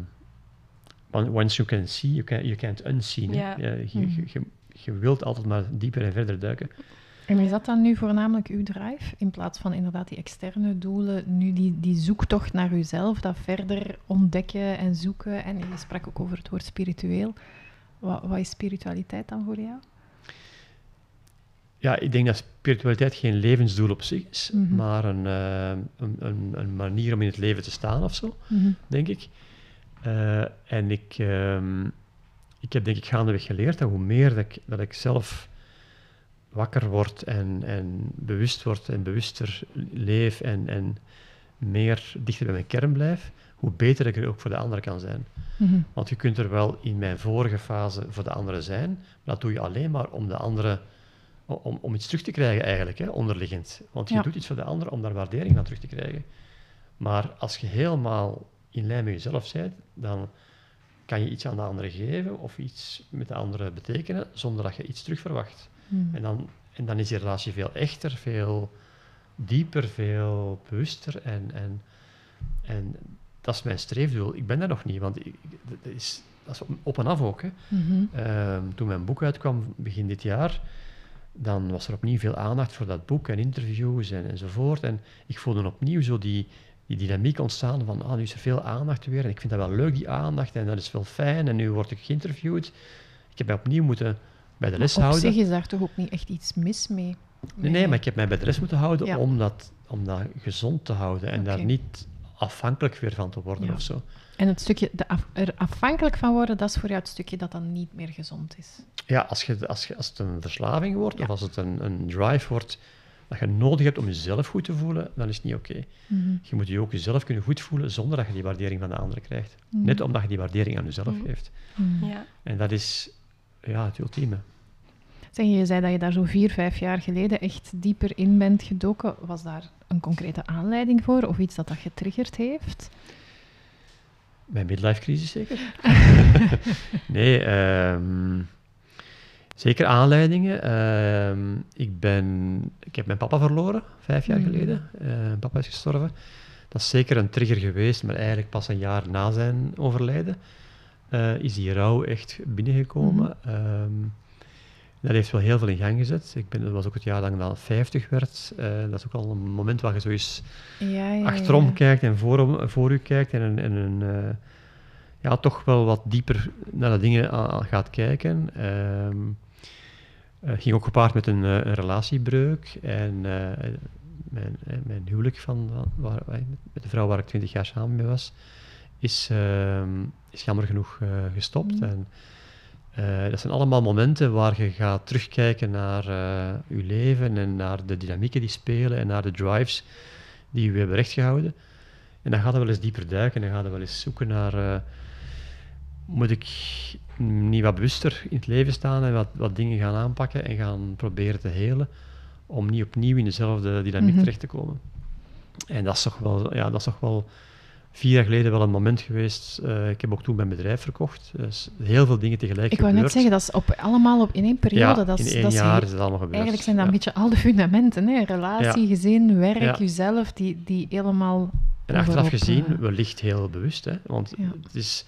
uh, once you can see, you, can, you can't unseen. Ja. Je, je, je, je, je wilt altijd maar dieper en verder duiken. En is dat dan nu voornamelijk uw drive, in plaats van inderdaad die externe doelen, nu die, die zoektocht naar uzelf, dat verder ontdekken en zoeken, en je sprak ook over het woord spiritueel. Wat, wat is spiritualiteit dan voor jou? Ja, ik denk dat spiritualiteit geen levensdoel op zich is, mm-hmm. maar een, uh, een, een, een manier om in het leven te staan of zo, mm-hmm. denk ik. Uh, en ik, um, ik heb denk ik gaandeweg geleerd dat hoe meer dat ik, dat ik zelf wakker word en, en bewust word en bewuster leef en, en meer dichter bij mijn kern blijf, hoe beter ik er ook voor de anderen kan zijn. Mm-hmm. Want je kunt er wel in mijn vorige fase voor de anderen zijn, maar dat doe je alleen maar om de anderen, om, om iets terug te krijgen eigenlijk, hè, onderliggend. Want je ja. doet iets voor de anderen om daar waardering aan terug te krijgen. Maar als je helemaal in lijn met jezelf bent, dan kan je iets aan de anderen geven of iets met de anderen betekenen, zonder dat je iets terug verwacht. Mm. En, dan, en dan is die relatie veel echter, veel dieper, veel bewuster. En, en, en dat is mijn streefdoel. Ik ben daar nog niet, want ik, dat, is, dat is op en af ook. Hè. Mm-hmm. Um, toen mijn boek uitkwam, begin dit jaar, dan was er opnieuw veel aandacht voor dat boek en interviews en, enzovoort. En ik voelde opnieuw zo die, die dynamiek ontstaan van, ah, nu is er veel aandacht weer. En ik vind dat wel leuk, die aandacht, en dat is wel fijn. En nu word ik geïnterviewd. Ik heb mij opnieuw moeten... bij de les maar op houden. zich is daar toch ook niet echt iets mis mee? Nee, nee, maar ik heb mij bij de les moeten houden ja. om, dat, om dat gezond te houden en okay. daar niet afhankelijk weer van te worden ja. of zo. En het stukje de af, er afhankelijk van worden, dat is voor jou het stukje dat dan niet meer gezond is? Ja, als, je, als, je, als het een verslaving wordt ja. of als het een, een drive wordt dat je nodig hebt om jezelf goed te voelen, dan is het niet oké. Okay. Mm-hmm. Je moet je ook jezelf kunnen goed voelen zonder dat je die waardering van de anderen krijgt. Mm-hmm. Net omdat je die waardering aan jezelf mm-hmm. geeft. Mm-hmm. Ja. En dat is ja, het ultieme. Zeg, je zei dat je daar zo vier, vijf jaar geleden echt dieper in bent gedoken. Was daar een concrete aanleiding voor of iets dat dat getriggerd heeft? Mijn midlife-crisis zeker? nee, um, zeker aanleidingen. Um, ik, ben, ik heb mijn papa verloren, vijf jaar mm. geleden. Uh, mijn papa is gestorven. Dat is zeker een trigger geweest, maar eigenlijk pas een jaar na zijn overlijden. uh, is die rouw echt binnengekomen. Mm-hmm. Um, dat heeft wel heel veel in gang gezet. Ik ben, dat was ook het jaar dat ik dan vijftig werd. Uh, dat is ook al een moment waar je zo eens ja, ja, achterom ja. kijkt en voor, voor u kijkt en, en een, uh, ja, toch wel wat dieper naar de dingen aan, gaat kijken. Um, uh, ging ook gepaard met een, uh, een relatiebreuk en uh, mijn, mijn huwelijk van, van waar, met de vrouw waar ik twintig jaar samen mee was, is, uh, is jammer genoeg uh, gestopt. Mm. En, Uh, dat zijn allemaal momenten waar je gaat terugkijken naar uh, je leven en naar de dynamieken die spelen en naar de drives die je hebben rechtgehouden. En dan gaat je wel eens dieper duiken en dan gaat je wel eens zoeken naar... Uh, moet ik niet wat bewuster in het leven staan en wat, wat dingen gaan aanpakken en gaan proberen te helen om niet opnieuw in dezelfde dynamiek mm-hmm. terecht te komen. En dat is toch wel... Ja, dat is toch wel vier jaar geleden wel een moment geweest. Uh, ik heb ook toen mijn bedrijf verkocht. Dus heel veel dingen tegelijk Ik wou gebeurd. net zeggen, dat is op, allemaal op in één periode. Ja, dat is, in één dat jaar is, is het allemaal gebeurd. Eigenlijk zijn dat ja. een beetje al de fundamenten. Hè? Relatie, ja. gezin, werk, ja. jezelf, die, die helemaal... En achteraf gezien, uh, wellicht heel bewust. Hè? Want ja. het is...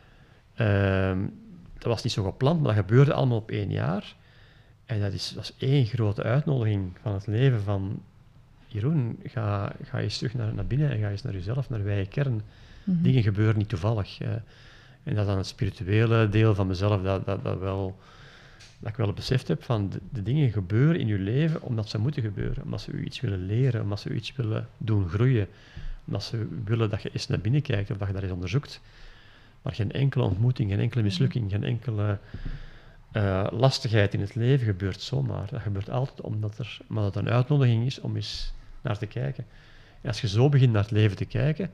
Uh, dat was niet zo gepland, maar dat gebeurde allemaal op één jaar. En dat is, was één grote uitnodiging van het leven van... Jeroen, ga, ga eens terug naar, naar binnen en ga eens naar jezelf, naar je eigen kern. Mm-hmm. Dingen gebeuren niet toevallig. Uh, en dat is dan het spirituele deel van mezelf dat, dat, dat, wel, dat ik wel beseft heb van de, de dingen gebeuren in je leven omdat ze moeten gebeuren. Omdat ze u iets willen leren, omdat ze u iets willen doen groeien. Omdat ze willen dat je eens naar binnen kijkt of dat je dat eens onderzoekt. Maar geen enkele ontmoeting, geen enkele mislukking, geen enkele uh, lastigheid in het leven gebeurt zomaar. Dat gebeurt altijd omdat er omdat het een uitnodiging is om eens naar te kijken. En als je zo begint naar het leven te kijken,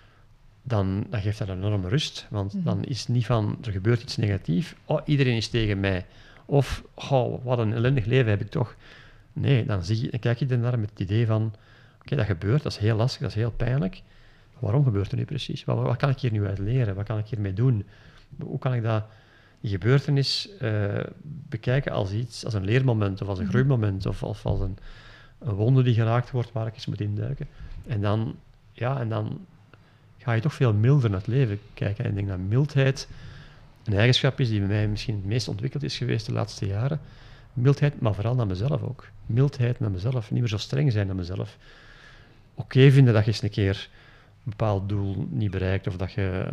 dan, dan geeft dat een enorme rust. Want mm-hmm. dan is het niet van, er gebeurt iets negatiefs, oh, iedereen is tegen mij. Of, oh, wat een ellendig leven heb ik toch. Nee, dan, zie je, dan kijk je ernaar met het idee van, oké, okay, dat gebeurt, dat is heel lastig, dat is heel pijnlijk. Waarom gebeurt er nu precies? Wat, wat kan ik hier nu uit leren? Wat kan ik hiermee doen? Hoe kan ik dat, die gebeurtenis uh, bekijken als iets, als een leermoment, of als een groeimoment, of, of als een, een wonde die geraakt wordt waar ik eens moet induiken. En dan, ja, en dan ga je toch veel milder naar het leven kijken. En ik denk dat mildheid een eigenschap is die bij mij misschien het meest ontwikkeld is geweest de laatste jaren. Mildheid, maar vooral naar mezelf ook. Mildheid naar mezelf, niet meer zo streng zijn naar mezelf. Oké okay vinden dat je eens een keer een bepaald doel niet bereikt, of dat je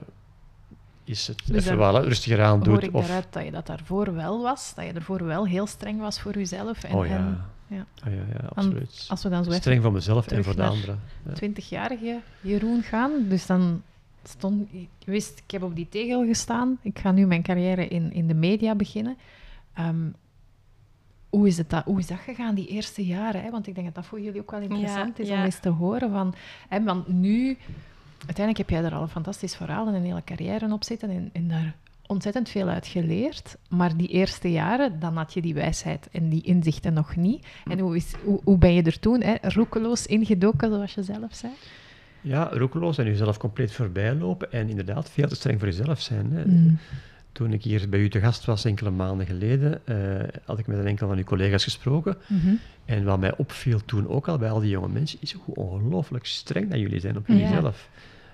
is het dus even wel rustiger aan doet. Hoor ik of... daaruit dat je dat daarvoor wel was, dat je ervoor wel heel streng was voor jezelf. En, oh ja, en, ja. Oh, ja, ja absoluut. Als we dan zo streng voor mezelf en voor de anderen. twintigjarige Jeroen gaan, dus dan stond, je wist, ik heb op die tegel gestaan, ik ga nu mijn carrière in, in de media beginnen. Um, Hoe is, het dat, hoe is dat gegaan, die eerste jaren? Hè? Want ik denk dat dat voor jullie ook wel interessant ja, is ja. om eens te horen. Van, hè, want nu, uiteindelijk heb jij er al een fantastisch verhaal en een hele carrière op zitten en, en daar ontzettend veel uit geleerd. Maar die eerste jaren, dan had je die wijsheid en die inzichten nog niet. En hoe, is, hoe, hoe ben je er toen, hè, roekeloos ingedoken, zoals je zelf zei? Ja, roekeloos en jezelf compleet voorbij lopen en inderdaad veel te streng voor jezelf zijn. Hè. Mm. Toen ik hier bij u te gast was, enkele maanden geleden, uh, had ik met een enkel van uw collega's gesproken. Mm-hmm. En wat mij opviel toen ook al bij al die jonge mensen, is hoe ongelooflijk streng dat jullie zijn op jullie ja. zelf.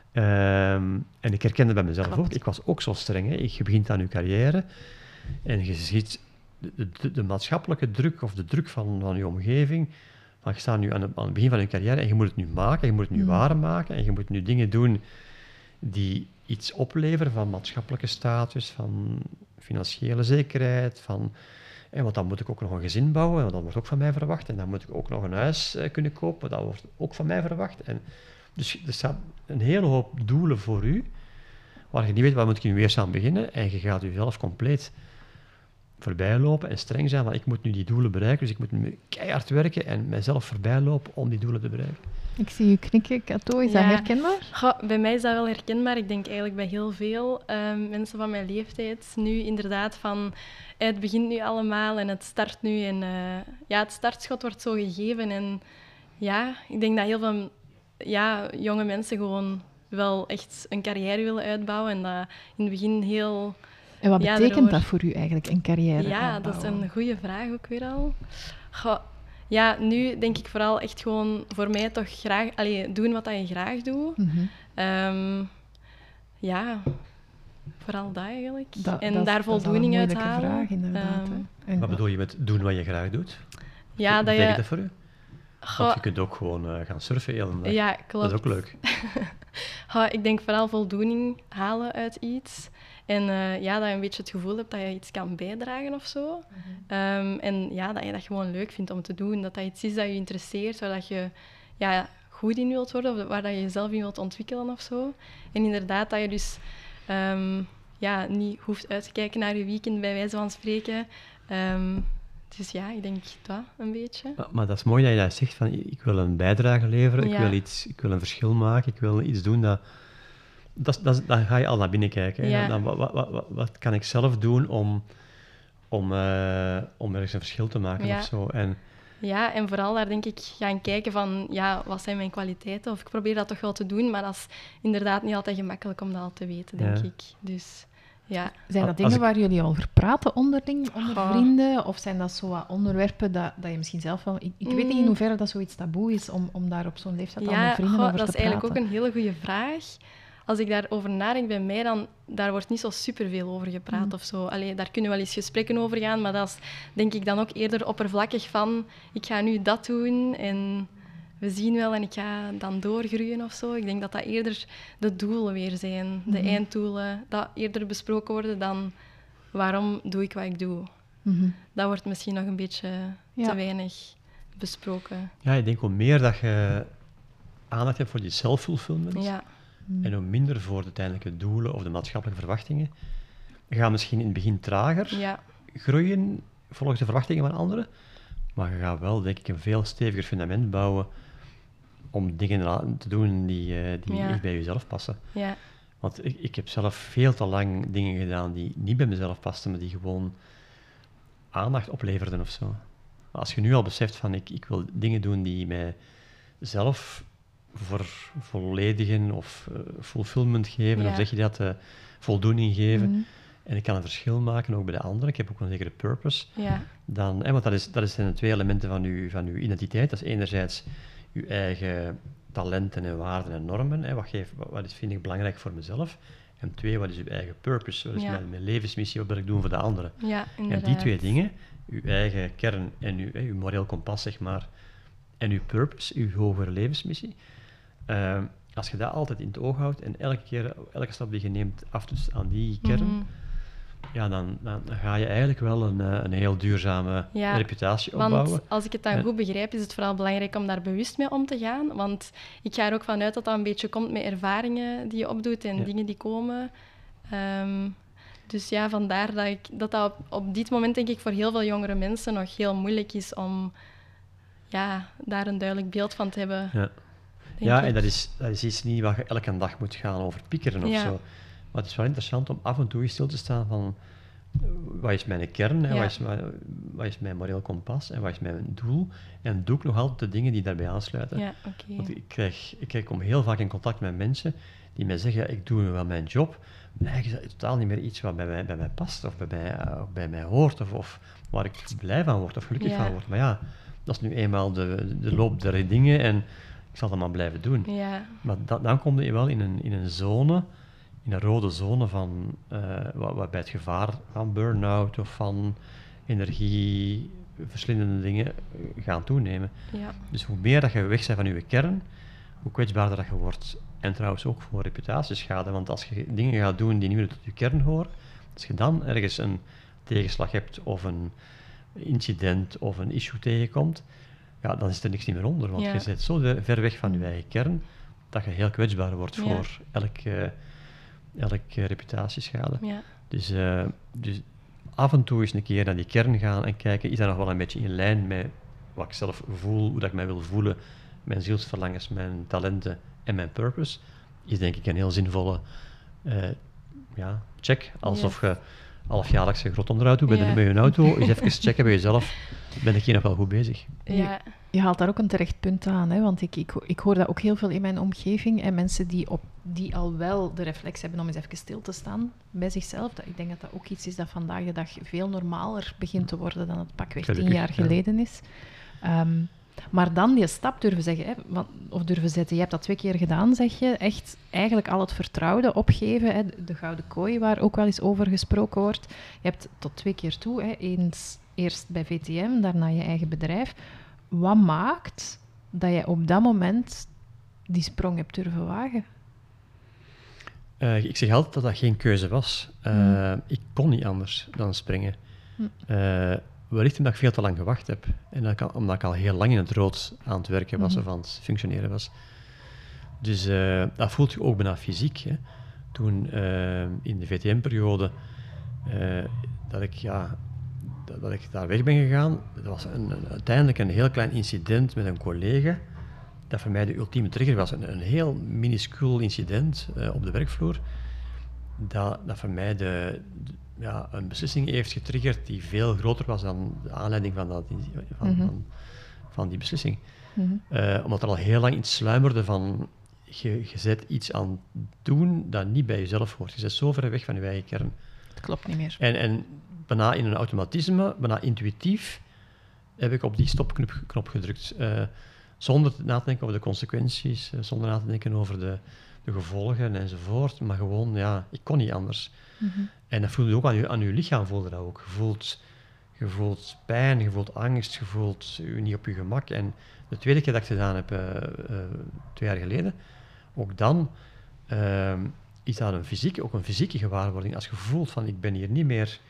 Um, en ik herkende bij mezelf Klopt. ook, ik was ook zo streng. Hè. Je begint aan je carrière en je ziet de, de, de maatschappelijke druk of de druk van, van je omgeving. Van, je staat nu aan, aan het begin van je carrière en je moet het nu maken, je moet het nu mm. waarmaken en je moet nu dingen doen die iets opleveren van maatschappelijke status, van financiële zekerheid, van... En want dan moet ik ook nog een gezin bouwen, want dat wordt ook van mij verwacht. En dan moet ik ook nog een huis uh, kunnen kopen, dat wordt ook van mij verwacht. En dus er staan een hele hoop doelen voor u, waar je niet weet waar moet ik nu eerst aan beginnen. En je gaat jezelf compleet voorbij lopen en streng zijn, van ik moet nu die doelen bereiken, dus ik moet nu keihard werken en mijzelf voorbij lopen om die doelen te bereiken. Ik zie je knikken, Kato. Is ja. dat herkenbaar? Goh, bij mij is dat wel herkenbaar. Ik denk eigenlijk bij heel veel um, mensen van mijn leeftijd. Nu inderdaad van, het begint nu allemaal en het start nu. En uh, ja, het startschot wordt zo gegeven. En ja, ik denk dat heel veel ja, jonge mensen gewoon wel echt een carrière willen uitbouwen. En dat in het begin heel... En wat ja, betekent erover... dat voor u eigenlijk, een carrière Ja, uitbouwen? dat is een goede vraag ook weer al. Goh, ja, nu denk ik vooral echt gewoon voor mij toch graag... Allee, doen wat dat je graag doet. Mm-hmm. Um, ja, vooral dat eigenlijk. Dat, en dat, daar dat voldoening is uit een moeilijke halen. vraag, inderdaad. Um, hè. En Wat bedoel je met doen wat je graag doet? Ja, Wat dat betekent je... dat voor u? Goh, Want je kunt ook gewoon uh, gaan surfen de hele dag. ja, klopt. Dat is ook leuk. Goh, ik denk vooral voldoening halen uit iets. En uh, ja, dat je een beetje het gevoel hebt dat je iets kan bijdragen of zo. Mm-hmm. Um, en ja, dat je dat gewoon leuk vindt om te doen. Dat dat iets is dat je interesseert, waar dat je ja, goed in wilt worden, of waar dat je jezelf in wilt ontwikkelen of zo. En inderdaad, dat je dus um, ja, niet hoeft uit te kijken naar je weekend, bij wijze van spreken. Um, dus ja, ik denk dat een beetje. Maar, maar dat is mooi dat je dat zegt, van ik wil een bijdrage leveren, Ja. ik, wil iets, ik wil een verschil maken, ik wil iets doen dat... dat, dat dan ga je al naar binnen kijken. Hè. Ja. Dan, dan, wat, wat, wat, wat kan ik zelf doen om, om, uh, om ergens een verschil te maken Ja. of zo. En, Ja, en vooral daar denk ik gaan kijken van, ja, wat zijn mijn kwaliteiten? Of ik probeer dat toch wel te doen, maar dat is inderdaad niet altijd gemakkelijk om dat al te weten, denk Ja. ik. Dus, ja. Zijn dat Als dingen ik- waar jullie over praten onderling, onder Goh. vrienden? Of zijn dat zo wat onderwerpen dat, dat je misschien zelf wel... Ik, ik weet niet in Mm. hoeverre dat zoiets taboe is om, om daar op zo'n leeftijd al met Ja, vrienden goh, over dat te is eigenlijk praten. ook een hele goede vraag. Als ik daarover nadenk bij mij, dan daar wordt niet zo superveel over gepraat Mm. of zo. Allee, daar kunnen wel eens gesprekken over gaan, maar dat is denk ik dan ook eerder oppervlakkig van ik ga nu dat doen en we zien wel en ik ga dan doorgroeien of zo. Ik denk dat dat eerder de doelen weer zijn, de Mhm. einddoelen, dat eerder besproken worden dan waarom doe ik wat ik doe. Mhm. Dat wordt misschien nog een beetje Ja. te weinig besproken. ja, ik denk hoe meer dat je aandacht hebt voor die self-fulfillment, Ja, Mhm. en hoe minder voor de uiteindelijke doelen of de maatschappelijke verwachtingen, ga misschien in het begin trager ja, groeien volgens de verwachtingen van anderen, maar je gaat wel, denk ik, een veel steviger fundament bouwen om dingen la- te doen die, eh, die Ja. echt bij jezelf passen. ja, Want ik, ik heb zelf veel te lang dingen gedaan die niet bij mezelf pasten, maar die gewoon aandacht opleverden of zo. Maar als je nu al beseft van ik, ik wil dingen doen die mij zelf voor volledigen of uh, fulfillment geven, Ja. of zeg je dat, uh, voldoening geven, Mhm. en ik kan een verschil maken ook bij de anderen, ik heb ook een zekere purpose, ja, dan, hè, want dat, is, dat zijn de twee elementen van uw, van uw identiteit. Dat is enerzijds uw eigen talenten en waarden en normen. Hè, wat, geef, wat, wat is, vind ik belangrijk voor mezelf? En twee, wat is uw eigen purpose? Wat is Ja. mijn, mijn levensmissie? Wat wil ik doen voor de anderen? ja, inderdaad. En die twee dingen, uw eigen kern en uw, hè, uw moreel kompas, zeg maar, en uw purpose, uw hogere levensmissie, uh, als je dat altijd in het oog houdt en elke keer, elke stap die je neemt aftoetst aan die kern, Mhm. ja, dan, dan ga je eigenlijk wel een, uh, een heel duurzame Ja, reputatie opbouwen. Want als ik het dan Ja. goed begrijp, is het vooral belangrijk om daar bewust mee om te gaan. Want ik ga er ook vanuit dat dat een beetje komt met ervaringen die je opdoet en Ja. dingen die komen. Um, dus ja, vandaar dat ik, dat, dat op, op dit moment denk ik voor heel veel jongere mensen nog heel moeilijk is om ja, daar een duidelijk beeld van te hebben. Ja, denk ja ik. en dat is, dat is iets niet wat je elke dag moet gaan over piekeren of Ja. zo. Maar het is wel interessant om af en toe eens stil te staan van uh, wat is mijn kern, hè? Ja. Wat, is mijn, wat is mijn moreel kompas en wat is mijn doel. En doe ik nog altijd de dingen die daarbij aansluiten. Ja, oké. Want ik krijg, ik krijg kom heel vaak in contact met mensen die mij zeggen, ja, ik doe nu wel mijn job, maar eigenlijk is dat totaal niet meer iets wat bij mij, bij mij past of bij mij, uh, of bij mij hoort of, of waar ik blij van word of gelukkig Ja. van word. Maar ja, dat is nu eenmaal de, de loop der dingen en ik zal dat maar blijven doen. Ja, Maar da- dan kom je wel in een, in een zone, in een rode zone van, uh, waar, waarbij het gevaar van burn-out of van energie, verslindende dingen uh, gaan toenemen. ja, Dus hoe meer dat je weg bent van je kern, hoe kwetsbaarder dat je wordt. En trouwens ook voor reputatieschade, want als je dingen gaat doen die niet meer tot je kern horen, als je dan ergens een tegenslag hebt of een incident of een issue tegenkomt, ja, dan is er niks meer onder, want Ja. je zit zo de- ver weg van je eigen kern, dat je heel kwetsbaar wordt Ja. voor elke, elke reputatieschade. ja, Dus, uh, dus af en toe eens een keer naar die kern gaan en kijken, is dat nog wel een beetje in lijn met wat ik zelf voel, hoe dat ik mij wil voelen, mijn zielsverlangens, mijn talenten en mijn purpose, is denk ik een heel zinvolle uh, ja, check. Alsof je halfjaarlijks een groot onderhoud doet bij Ja. de- met je auto, eens even checken bij jezelf, ben ik hier nog wel goed bezig? ja, Je haalt daar ook een terecht punt aan, hè? Want ik, ik, ik hoor dat ook heel veel in mijn omgeving. En mensen die, op, die al wel de reflex hebben om eens even stil te staan bij zichzelf. Dat, ik denk dat dat ook iets is dat vandaag de dag veel normaler begint te worden dan het pakweg tien Gelukkig, jaar ja. geleden is. Um, Maar dan die stap durven zeggen, hè, want, of durven zetten. Je hebt dat twee keer gedaan, zeg je. Echt eigenlijk al het vertrouwde opgeven. Hè, de gouden kooi, waar ook wel eens over gesproken wordt. Je hebt tot twee keer toe. Hè, eens eerst bij V T M, daarna je eigen bedrijf. Wat maakt dat je op dat moment die sprong hebt durven wagen? Uh, ik zeg altijd dat dat geen keuze was. Uh, mm. Ik kon niet anders dan springen. Mm. Uh, wellicht omdat ik veel te lang gewacht heb. En dat ik, omdat ik al heel lang in het rood aan het werken was, mm. of aan het functioneren was. Dus uh, dat voelt je ook bijna fysiek. Hè. Toen uh, in de V T M-periode uh, dat, ik, ja, dat, dat ik daar weg ben gegaan, dat was een, een, uiteindelijk een heel klein incident met een collega. Dat voor mij de ultieme trigger was. Een, een heel minuscuul incident uh, op de werkvloer. Dat, dat voor mij de, de, ja, een beslissing heeft getriggerd die veel groter was dan de aanleiding van, dat, van, mm-hmm. van, van die beslissing. Mm-hmm. Uh, omdat er al heel lang iets sluimerde van... Je, je zet iets aan het doen dat niet bij jezelf hoort. Je zit zo ver weg van je eigen kern. Het klopt niet meer. En, en bijna in een automatisme, bijna intuïtief, heb ik op die stopknop knop gedrukt. Uh, Zonder na te denken over de consequenties, zonder na te denken over de, de gevolgen enzovoort. Maar gewoon, ja, ik kon niet anders. Mm-hmm. En dat voelde ook aan je, aan je lichaam, voelde dat ook. Je voelt, je voelt pijn, je voelt angst, je voelt je niet op je gemak. En de tweede keer dat ik het gedaan heb, uh, uh, twee jaar geleden, ook dan uh, is dat een fysieke, ook een fysieke gewaarwording. Als je voelt van, ik ben hier niet meer...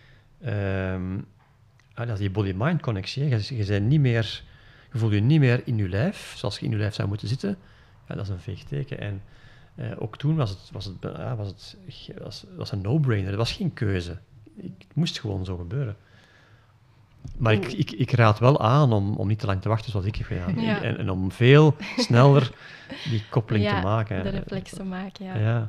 Uh, dat is die body-mind connectie. Je, je bent niet meer... Je voelt je niet meer in je lijf, zoals je in je lijf zou moeten zitten. Ja, dat is een veegteken. En uh, ook toen was het, was het, ja, was het was, was een no-brainer. Er was geen keuze. Ik, het moest gewoon zo gebeuren. Maar ik, ik, ik raad wel aan om, om niet te lang te wachten zoals ik heb gedaan. Ja. En, en om veel sneller die koppeling ja, te maken. de reflex te maken, ja. ja. ja.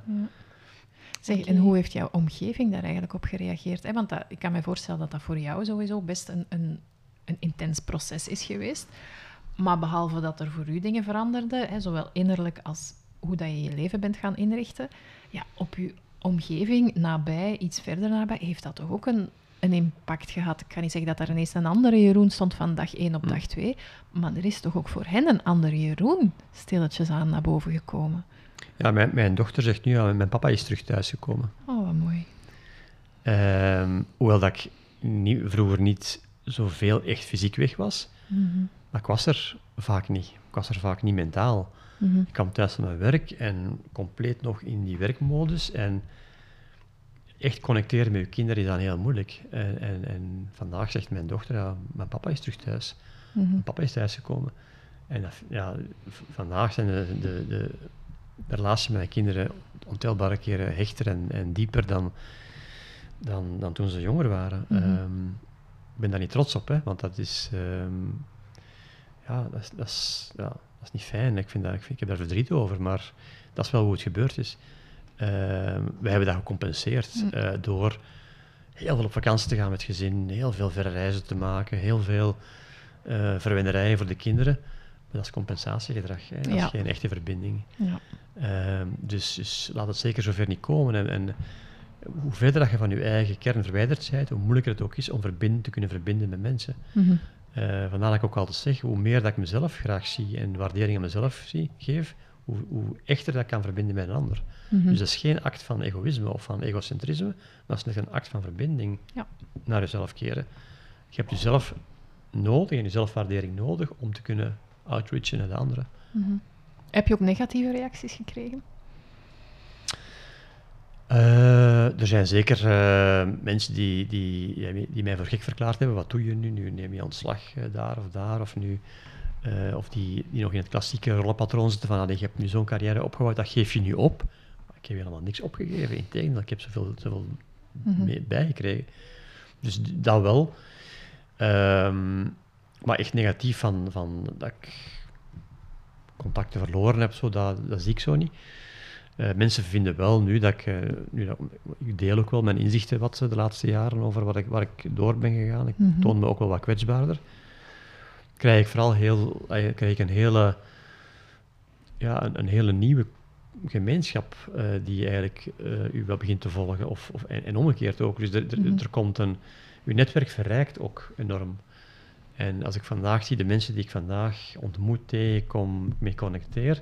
Zeg, okay. En hoe heeft jouw omgeving daar eigenlijk op gereageerd? Hè? Want dat, ik kan me voorstellen dat dat voor jou sowieso best een... een een intens proces is geweest. Maar behalve dat er voor u dingen veranderden, hè, zowel innerlijk als hoe dat je je leven bent gaan inrichten, ja, op je omgeving, nabij, iets verder nabij, heeft dat toch ook een, een impact gehad. Ik kan niet zeggen dat er ineens een andere Jeroen stond van dag één op dag twee, maar er is toch ook voor hen een andere Jeroen stilletjes aan naar boven gekomen. Ja, mijn, mijn dochter zegt nu, ja, mijn papa is terug thuisgekomen. Oh, wat mooi. Um, hoewel dat ik niet, vroeger niet zoveel echt fysiek weg was, mm-hmm. maar ik was er vaak niet. Ik was er vaak niet mentaal. Mm-hmm. Ik kwam thuis van mijn werk en compleet nog in die werkmodus en echt connecteren met je kinderen is dan heel moeilijk. En, en, en vandaag zegt mijn dochter, ja, mijn papa is terug thuis. Mm-hmm. Mijn papa is thuisgekomen. En dat, ja, v- vandaag zijn de, de, de, de relaties met mijn kinderen ontelbare keren hechter en, en dieper dan, dan, dan toen ze jonger waren. Mm-hmm. Um, Ik ben daar niet trots op, hè, want dat is, um, ja, dat is, dat is, ja, dat is niet fijn. Ik, vind dat, ik, vind, ik heb daar verdriet over, maar dat is wel hoe het gebeurd is. Uh, wij hebben dat gecompenseerd mm. uh, door heel veel op vakantie te gaan met het gezin, heel veel verre reizen te maken, heel veel uh, verwennerijen voor de kinderen. Maar dat is compensatiegedrag, hè. Dat ja. is geen echte verbinding. Ja. Uh, dus, dus laat het zeker zover niet komen. En, en hoe verder dat je van je eigen kern verwijderd bent, hoe moeilijker het ook is om verbind, te kunnen verbinden met mensen. Mm-hmm. Uh, vandaar dat ik ook altijd zeg, hoe meer dat ik mezelf graag zie en waardering aan mezelf zie, geef, hoe, hoe echter dat ik kan verbinden met een ander. Mm-hmm. Dus dat is geen act van egoïsme of van egocentrisme, maar dat is net een act van verbinding ja. naar jezelf keren. Je hebt jezelf nodig en je zelfwaardering nodig om te kunnen outreachen naar de anderen. Mm-hmm. Heb je ook negatieve reacties gekregen? Uh, er zijn zeker uh, mensen die, die, die, die mij voor gek verklaard hebben. Wat doe je nu? Nu neem je ontslag uh, daar of daar. Of, nu, uh, of die, die nog in het klassieke rollenpatroon zitten van ah, je hebt nu zo'n carrière opgebouwd, dat geef je nu op. Maar ik heb helemaal niks opgegeven. Integendeel, ik heb zoveel, zoveel mm-hmm. mee, bijgekregen. Dus dat wel. Um, maar echt negatief van, van dat ik contacten verloren heb, zo, dat, dat zie ik zo niet. Uh, mensen vinden wel nu dat ik, uh, nu dat, ik deel ook wel mijn inzichten wat de laatste jaren over wat ik, waar ik door ben gegaan. Ik mm-hmm. toon me ook wel wat kwetsbaarder. Krijg ik vooral heel, uh, krijg ik een hele, ja, een, een hele nieuwe gemeenschap uh, die eigenlijk uh, u wel begint te volgen of, of, en, en omgekeerd ook. Dus er, er, mm-hmm. er komt een, uw netwerk verrijkt ook enorm. En als ik vandaag zie, de mensen die ik vandaag ontmoet, tegenkom, mee connecteer,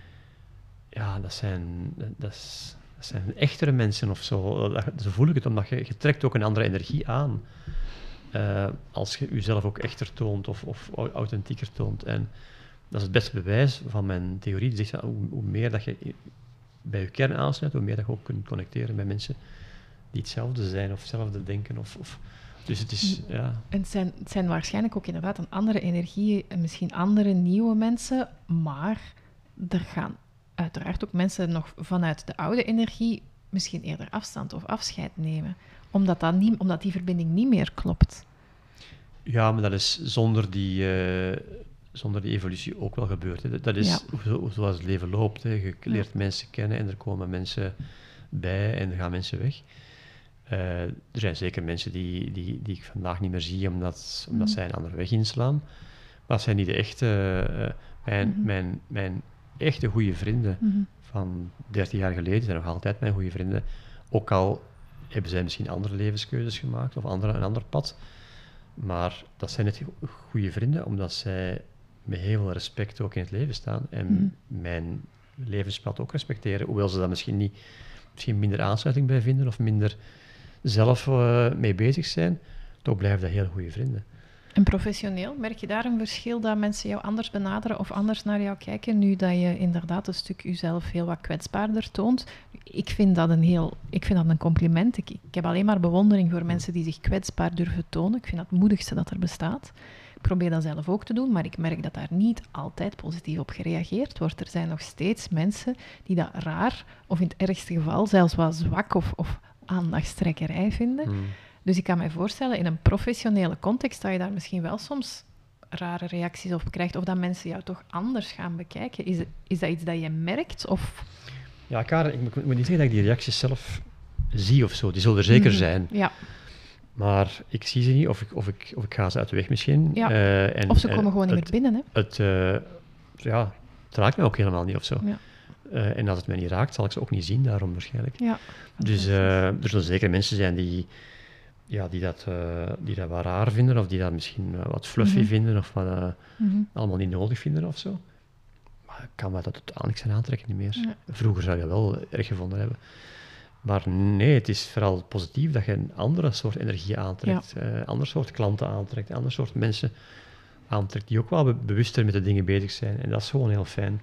ja, dat zijn, dat, is, dat zijn echtere mensen of zo. Dat, zo voel ik het, omdat je, je trekt ook een andere energie aan. Uh, als je jezelf ook echter toont of, of authentieker toont. En dat is het beste bewijs van mijn theorie. Die zegt, ja, hoe, hoe meer dat je bij je kern aansluit, hoe meer dat je ook kunt connecteren met mensen die hetzelfde zijn of hetzelfde denken. Of, of, dus het is, ja... En het zijn, het zijn waarschijnlijk ook inderdaad een andere energie en misschien andere nieuwe mensen, maar er gaan uiteraard ook mensen nog vanuit de oude energie misschien eerder afstand of afscheid nemen, omdat, dat niet, omdat die verbinding niet meer klopt. Ja, maar dat is zonder die, uh, zonder die evolutie ook wel gebeurd. Hè. Dat is ja. zo, zoals het leven loopt. Hè. Je leert ja. mensen kennen en er komen mensen bij en er gaan mensen weg. Uh, er zijn zeker mensen die, die, die ik vandaag niet meer zie omdat, omdat mm. zij een andere weg inslaan. Maar dat zijn niet de echte... Uh, mijn, mm-hmm. mijn, mijn echte goede vrienden mm-hmm. van dertien jaar geleden zijn nog altijd mijn goede vrienden. Ook al hebben zij misschien andere levenskeuzes gemaakt of andere, een ander pad. Maar dat zijn net goede vrienden, omdat zij met heel veel respect ook in het leven staan en mm. mijn levenspad ook respecteren. Hoewel ze daar misschien, niet, misschien minder aansluiting bij vinden of minder zelf uh, mee bezig zijn, toch blijven dat heel goede vrienden. En professioneel, merk je daar een verschil dat mensen jou anders benaderen of anders naar jou kijken, nu dat je inderdaad een stuk jezelf heel wat kwetsbaarder toont? Ik vind dat een, heel, ik vind dat een compliment. Ik, ik heb alleen maar bewondering voor mensen die zich kwetsbaar durven tonen. Ik vind dat het moedigste dat er bestaat. Ik probeer dat zelf ook te doen, maar ik merk dat daar niet altijd positief op gereageerd wordt. Er zijn nog steeds mensen die dat raar, of in het ergste geval zelfs wat zwak of, of aandachtstrekkerij vinden. Hmm. Dus ik kan me voorstellen, in een professionele context, dat je daar misschien wel soms rare reacties op krijgt, of dat mensen jou toch anders gaan bekijken. Is, is dat iets dat je merkt? Of... Ja, Karen, ik moet, ik moet niet zeggen dat ik die reacties zelf zie of zo. Die zullen er zeker mm-hmm. zijn. Ja. Maar ik zie ze niet, of ik, of ik, of ik ga ze uit de weg misschien. Ja. Uh, en, of ze komen gewoon het, niet meer binnen. Hè? Het, uh, ja, het raakt me ook helemaal niet of zo. Ja. Uh, en als het mij niet raakt, zal ik ze ook niet zien daarom waarschijnlijk. Ja. Dus uh, er zullen zeker mensen zijn die... Ja, die dat, uh, die dat wat raar vinden, of die dat misschien uh, wat fluffy mm-hmm. vinden, of wat uh, mm-hmm. allemaal niet nodig vinden of zo. Maar ik kan me dat totaal niks aan aantrekken, niet meer. Ja. Vroeger zou je dat wel erg gevonden hebben. Maar nee, het is vooral positief dat je een andere soort energie aantrekt, ja. uh, een ander soort klanten aantrekt, een ander soort mensen aantrekt, die ook wel be- bewuster met de dingen bezig zijn. En dat is gewoon heel fijn.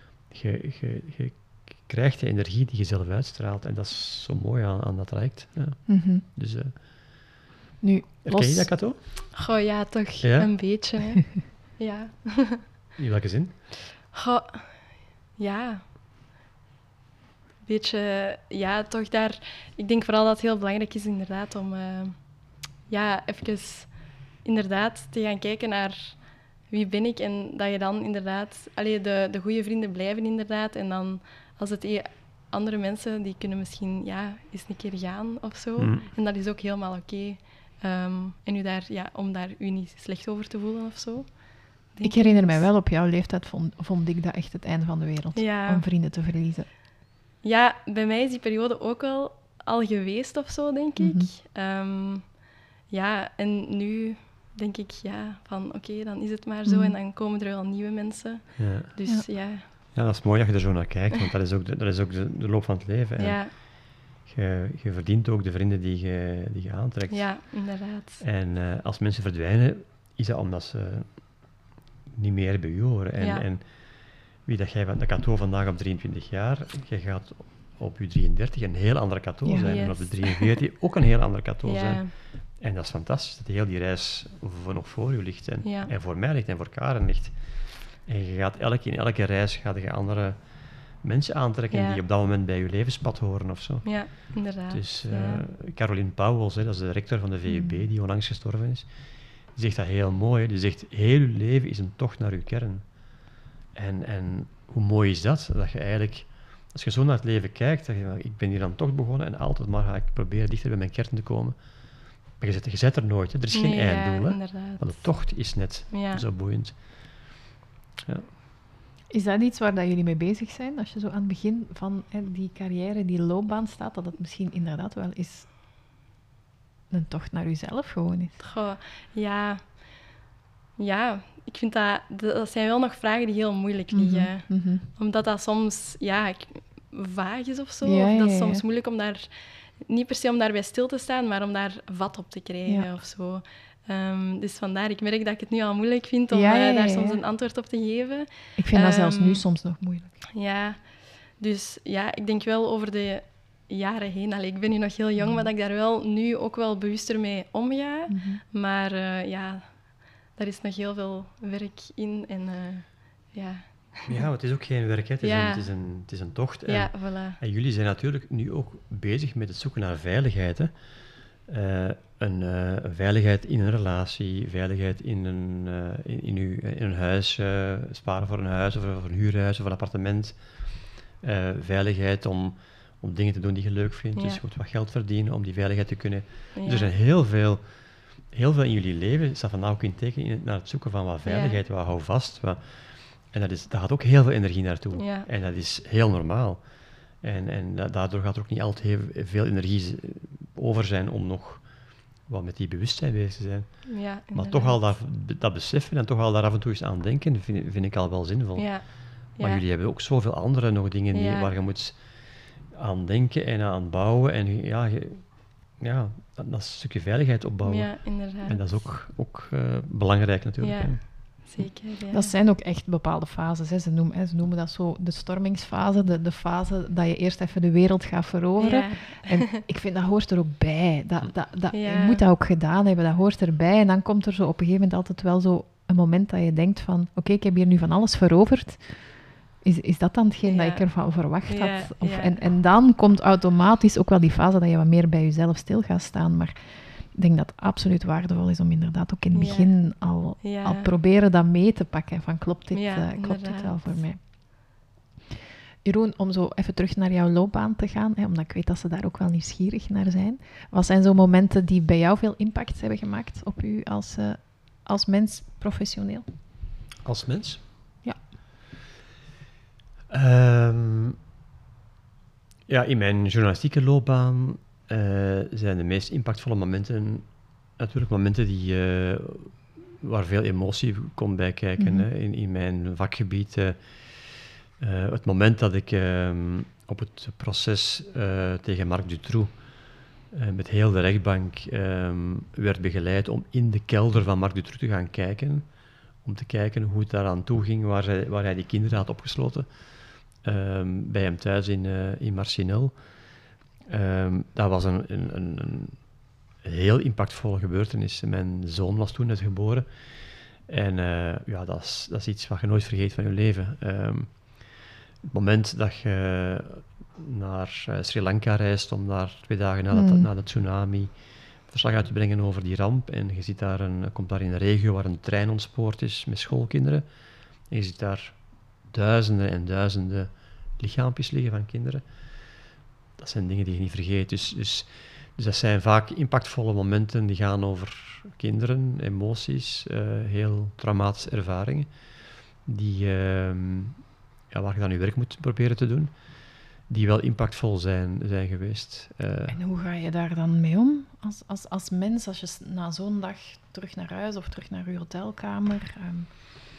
Je, je, je krijgt de energie die je zelf uitstraalt, en dat is zo mooi aan, aan dat traject. Ja. Mm-hmm. Dus... Uh, Nu, Herken je dat, Kato? Goh, ja, toch ja? een beetje. Hè. Ja. In welke zin? Goh, ja. Een beetje, ja, toch daar... Ik denk vooral dat het heel belangrijk is, inderdaad, om uh, ja, even inderdaad te gaan kijken naar wie ben ik, en dat je dan inderdaad... Allee, de, de goede vrienden blijven inderdaad, en dan als het... E- andere mensen, die kunnen misschien ja, eens een keer gaan of zo. Mm. En dat is ook helemaal oké. Okay. Um, en u daar, ja, om daar u niet slecht over te voelen of zo. Ik herinner ik. mij wel, op jouw leeftijd vond, vond ik dat echt het einde van de wereld. Ja. Om vrienden te verliezen. Ja, bij mij is die periode ook wel al geweest of zo, denk mm-hmm. ik. Um, ja, en nu denk ik, ja, van oké, okay, dan is het maar zo. Mm. En dan komen er wel nieuwe mensen. Ja. Dus ja. ja. Ja, dat is mooi dat je er zo naar kijkt, want dat is ook de, dat is ook de, de loop van het leven. Ja. Je, je verdient ook de vrienden die je, die je aantrekt. Ja, inderdaad. En uh, als mensen verdwijnen, is dat omdat ze niet meer bij u horen. En, ja. en wie dat jij, dat Kato vandaag op drieëntwintig jaar, je gaat op je drieëndertig een heel andere Kato ja, zijn. Yes. En op de drieënveertig ook een heel andere Kato ja. zijn. En dat is fantastisch, dat heel die reis voor, nog voor u ligt. En, ja. en voor mij ligt en voor Karen ligt. En je gaat elke, in elke reis gaat je andere mensen aantrekken ja. die op dat moment bij je levenspad horen of zo. Ja, inderdaad. Dus uh, ja. Caroline Pauwels, hè, dat is de rector van de V U B, mm. die onlangs gestorven is, die zegt dat heel mooi. Hè. Die zegt, heel je leven is een tocht naar je kern. En, en hoe mooi is dat? Dat je eigenlijk, als je zo naar het leven kijkt, dat je, ik ben hier aan toch begonnen en altijd maar ga ik proberen dichter bij mijn kern te komen. Maar je zet, je zet er nooit, hè. Er is geen nee, einddoel. Ja, hè. Maar de tocht is net ja. zo boeiend. Ja. Is dat iets waar dat jullie mee bezig zijn? Als je zo aan het begin van hè, die carrière, die loopbaan staat, dat het misschien inderdaad wel is een tocht naar jezelf gewoon is? Goh, ja. Ja, ik vind dat... Dat zijn wel nog vragen die heel moeilijk liggen. Mm-hmm. Omdat dat soms ja, vaag is of zo. Ja, of dat is ja, ja. soms moeilijk om daar... Niet per se om daarbij stil te staan, maar om daar vat op te krijgen Ja. of zo. Um, dus vandaar, ik merk dat ik het nu al moeilijk vind om Ja, ja, ja, uh, daar ja. soms een antwoord op te geven. Ik vind dat zelfs Um, nu soms nog moeilijk. Ja, dus ja, ik denk wel over de jaren heen. Allee, ik ben nu nog heel jong, Mhm. maar dat ik daar wel nu ook wel bewuster mee omga. Mm-hmm. Maar uh, ja, daar is nog heel veel werk in. En uh, ja... Ja, maar het is ook geen werk, hè. Het, is Ja. een, het, is een, het is een tocht. En, Ja, voilà. en jullie zijn natuurlijk nu ook bezig met het zoeken naar veiligheid. Hè. Uh, een, uh, een veiligheid in een relatie, veiligheid in een, uh, in, in, uw, in een huis, uh, sparen voor een huis of voor een huurhuis of een appartement. Uh, veiligheid om, om dingen te doen die je leuk vindt, Ja. dus goed wat geld verdienen om die veiligheid te kunnen. Ja. Dus er zijn heel veel, heel veel in jullie leven, staat vandaag ook in teken in het, naar het zoeken van wat veiligheid, Ja. wat houvast. Wat, en dat, is, dat gaat ook heel veel energie naartoe. Ja. En dat is heel normaal. En, en da- daardoor gaat er ook niet altijd heel veel energie over zijn om nog wat met die bewustzijn bezig te zijn. Ja, maar toch al dat, dat beseffen en toch al daar af en toe eens aan denken, vind, vind ik al wel zinvol. Ja. Maar ja. jullie hebben ook zoveel andere nog dingen die, Ja. waar je moet aan denken en aan bouwen. En ja, je, ja dat, dat is een stukje veiligheid opbouwen. Ja, inderdaad. En dat is ook, ook uh, belangrijk natuurlijk. Ja. Hè. Zeker, ja. Dat zijn ook echt bepaalde fases. Hè. Ze, noemen, hè. Ze noemen dat zo de stormingsfase, de, de fase dat je eerst even de wereld gaat veroveren. Ja. En ik vind, dat hoort er ook bij. Dat, dat, dat, Ja. Je moet dat ook gedaan hebben, dat hoort erbij. En dan komt er zo op een gegeven moment altijd wel zo een moment dat je denkt van, oké, okay, ik heb hier nu van alles veroverd. Is, is dat dan hetgeen Ja. dat ik ervan verwacht Ja, had? Of, ja. en, en dan komt automatisch ook wel die fase dat je wat meer bij jezelf stil gaat staan. Maar ik denk dat het absoluut waardevol is om inderdaad ook in het Ja. begin al, Ja. al proberen dat mee te pakken. Van klopt dit, Ja, uh, klopt dit wel inderdaad. voor mij? Jeroen, om zo even terug naar jouw loopbaan te gaan, hè, omdat ik weet dat ze daar ook wel nieuwsgierig naar zijn. Wat zijn zo momenten die bij jou veel impact hebben gemaakt op u als, uh, als mens, professioneel? Als mens? Ja. Um, ja, in mijn journalistieke loopbaan uh, zijn de meest impactvolle momenten natuurlijk momenten die, uh, waar veel emotie komt bij kijken. Mm-hmm. Hè. In, in mijn vakgebied, uh, uh, het moment dat ik uh, op het proces uh, tegen Marc Dutroux uh, met heel de rechtbank uh, werd begeleid om in de kelder van Marc Dutroux te gaan kijken, om te kijken hoe het daaraan toe ging, waar, zij, waar hij die kinderen had opgesloten. Um, bij hem thuis in, uh, in Marcinel. Um, dat was een, een, een, een heel impactvolle gebeurtenis. Mijn zoon was toen net geboren. En uh, ja, dat is, dat is iets wat je nooit vergeet van je leven. Um, het moment dat je naar uh, Sri Lanka reist om daar twee dagen na, mm. dat, na de tsunami verslag uit te brengen over die ramp. En je ziet daar een, komt daar in een regio waar een trein ontspoord is met schoolkinderen. En je ziet daar duizenden en duizenden lichaampjes liggen van kinderen. Dat zijn dingen die je niet vergeet. Dus, dus, dus dat zijn vaak impactvolle momenten die gaan over kinderen, emoties, uh, heel traumatische ervaringen, die, uh, ja, waar je dan je werk moet proberen te doen, die wel impactvol zijn, zijn geweest. Uh, en hoe ga je daar dan mee om als, als, als mens, als je na zo'n dag terug naar huis of terug naar je hotelkamer... Um...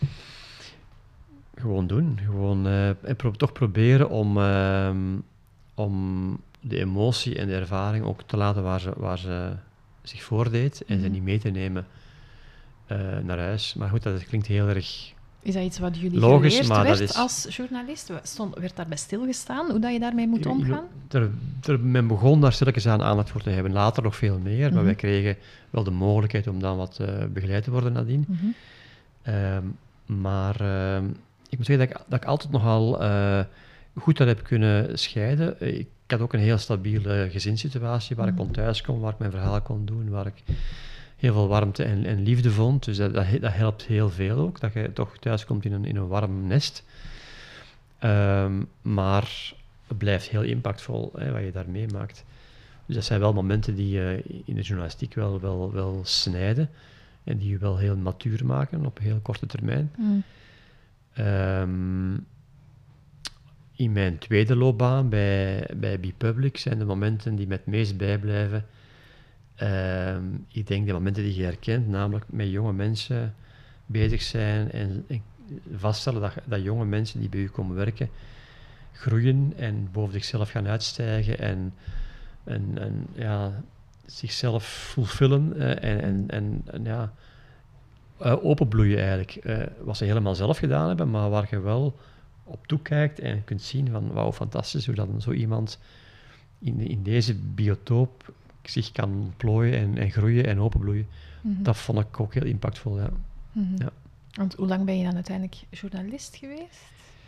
Gewoon doen. Gewoon, uh, en pro- toch proberen om, uh, om de emotie en de ervaring ook te laten waar ze, waar ze zich voordeed en mm-hmm. ze niet mee te nemen uh, naar huis. Maar goed, dat klinkt heel erg Is dat iets wat jullie logisch, geleerd maar werd dat is... als journalist? Stond, werd daarbij stilgestaan, hoe dat je daarmee moet omgaan? Er, er, men begon daar stilletjes aan aandacht voor te hebben. Later nog veel meer, mm-hmm. maar wij kregen wel de mogelijkheid om dan wat uh, begeleid te worden nadien. Mm-hmm. Um, maar... Uh, Ik moet zeggen dat ik, dat ik altijd nogal uh, goed dat heb kunnen scheiden. Ik had ook een heel stabiele gezinssituatie waar mm. ik kon thuiskomen, waar ik mijn verhaal kon doen, waar ik heel veel warmte en, en liefde vond. Dus dat, dat, dat helpt heel veel ook, dat je toch thuiskomt in een, in een warm nest. Um, maar het blijft heel impactvol, hè, wat je daar meemaakt. Dus dat zijn wel momenten die uh, in de journalistiek wel, wel, wel snijden en die je wel heel matuur maken op een heel korte termijn. Mm. Um, in mijn tweede loopbaan bij, bij BePublic zijn de momenten die me het meest bijblijven. Um, ik denk de momenten die je herkent, namelijk met jonge mensen bezig zijn en, en vaststellen dat, dat jonge mensen die bij u komen werken, groeien en boven zichzelf gaan uitstijgen en, en, en ja, zichzelf fulfillen uh, en, en, en, en ja, uh, openbloeien eigenlijk. Uh, wat ze helemaal zelf gedaan hebben, maar waar je wel op toekijkt en kunt zien van wauw, fantastisch hoe dat zo iemand in, in deze biotoop zich kan ontplooien en, en groeien en openbloeien. Mm-hmm. Dat vond ik ook heel impactvol, ja. Mm-hmm. Ja. Want hoe lang ben je dan uiteindelijk journalist geweest?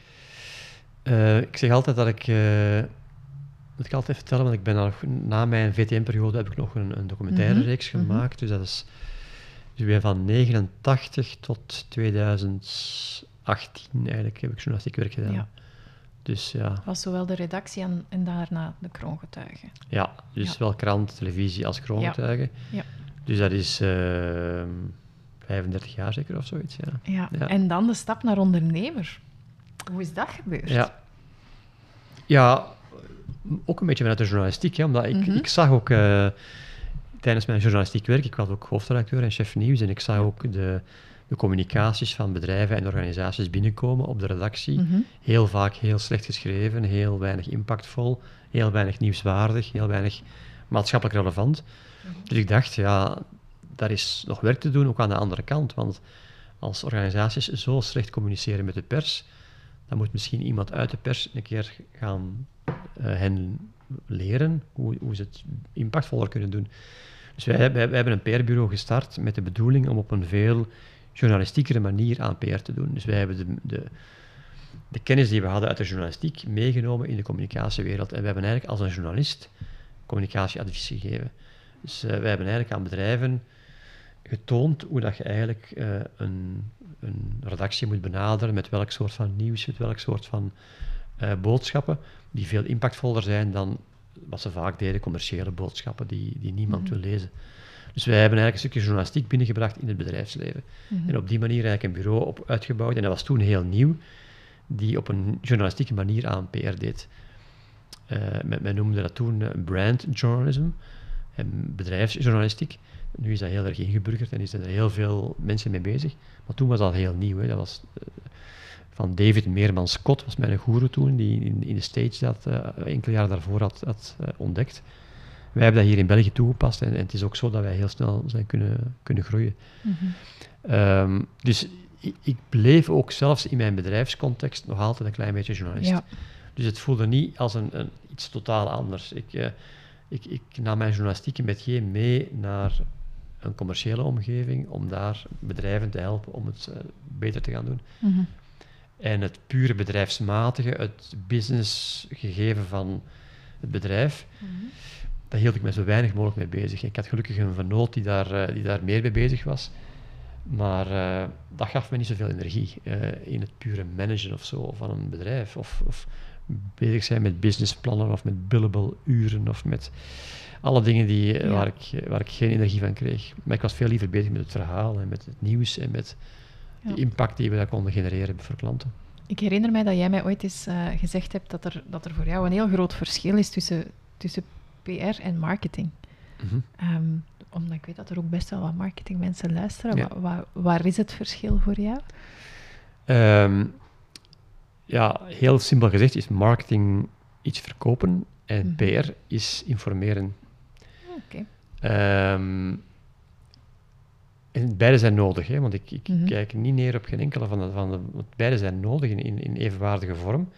Uh, ik zeg altijd dat ik... Uh, dat ik altijd vertellen, want ik ben nog, na mijn V T M-periode heb ik nog een, een documentaire mm-hmm. reeks gemaakt. Dus dat is... Dus ik ben van negenentachtig tot tweeduizend achttien eigenlijk heb ik journalistiek werk gedaan. Ja. Dus ja. Dat was zowel de redactie en, en daarna de kroongetuigen. Ja, dus ja. Zowel krant, televisie als kroongetuigen. Ja. Ja. Dus dat is uh, vijfendertig jaar zeker of zoiets. Ja. Ja. Ja. En dan de stap naar ondernemer. Hoe is dat gebeurd? Ja, ja ook een beetje vanuit de journalistiek. Hè, omdat ik, mm-hmm. ik zag ook uh, tijdens mijn journalistiek werk, ik was ook hoofdredacteur en chef nieuws, en ik zag ook de, de communicaties van bedrijven en organisaties binnenkomen op de redactie. Mm-hmm. Heel vaak heel slecht geschreven, heel weinig impactvol, heel weinig nieuwswaardig, heel weinig maatschappelijk relevant. Mm-hmm. Dus ik dacht, ja, daar is nog werk te doen, ook aan de andere kant. Want als organisaties zo slecht communiceren met de pers, dan moet misschien iemand uit de pers een keer gaan uh, hen leren hoe, hoe ze het impactvoller kunnen doen. Dus wij, wij, wij hebben een P R-bureau gestart met de bedoeling om op een veel journalistiekere manier aan P R te doen. Dus wij hebben de, de, de kennis die we hadden uit de journalistiek meegenomen in de communicatiewereld. En we hebben eigenlijk als een journalist communicatieadvies gegeven. Dus uh, wij hebben eigenlijk aan bedrijven getoond hoe dat je eigenlijk uh, een, een redactie moet benaderen, met welk soort van nieuws, met welk soort van uh, boodschappen, die veel impactvoller zijn dan wat ze vaak deden, commerciële boodschappen die, die niemand mm-hmm. wil lezen. Dus wij hebben eigenlijk een stukje journalistiek binnengebracht in het bedrijfsleven. Mm-hmm. En op die manier eigenlijk een bureau op uitgebouwd, en dat was toen heel nieuw, die op een journalistieke manier aan P R deed. Uh, men, men noemde dat toen uh, brand journalism, en bedrijfsjournalistiek. Nu is dat heel erg ingeburgerd en zijn er heel veel mensen mee bezig. Maar toen was dat heel nieuw. Hè. Dat was uh, van David Meerman Scott, was mijn goeroe toen, die in, in de States dat uh, enkele jaren daarvoor had, had uh, ontdekt. Wij hebben dat hier in België toegepast en, en het is ook zo dat wij heel snel zijn kunnen, kunnen groeien. Mm-hmm. Um, dus ik, ik bleef ook zelfs in mijn bedrijfscontext nog altijd een klein beetje journalist. Ja. Dus het voelde niet als een, een, iets totaal anders. Ik, uh, ik, ik nam mijn journalistieke métier mee naar een commerciële omgeving, om daar bedrijven te helpen om het uh, beter te gaan doen. Mm-hmm. En het pure bedrijfsmatige, het businessgegeven van het bedrijf, mm-hmm. daar hield ik me zo weinig mogelijk mee bezig. Ik had gelukkig een vernoot die daar, uh, die daar meer mee bezig was, maar uh, dat gaf me niet zoveel energie uh, in het pure managen of zo van een bedrijf, of, of bezig zijn met businessplannen of met billable uren of met alle dingen die, ja. waar, ik, waar ik geen energie van kreeg. Maar ik was veel liever bezig met het verhaal en met het nieuws en met ja. de impact die we daar konden genereren voor klanten. Ik herinner mij dat jij mij ooit eens uh, gezegd hebt dat er, dat er voor jou een heel groot verschil is tussen, tussen P R en marketing. Mm-hmm. Um, omdat ik weet dat er ook best wel wat marketingmensen luisteren. Ja. Wa- wa- waar is het verschil voor jou? Um, ja, heel simpel gezegd is marketing iets verkopen en mm-hmm. P R is informeren. Oké. Okay. Um, en beide zijn nodig, hè, want ik, ik mm-hmm. kijk niet neer op geen enkele van de, van de... Want beide zijn nodig in, in, in evenwaardige vorm.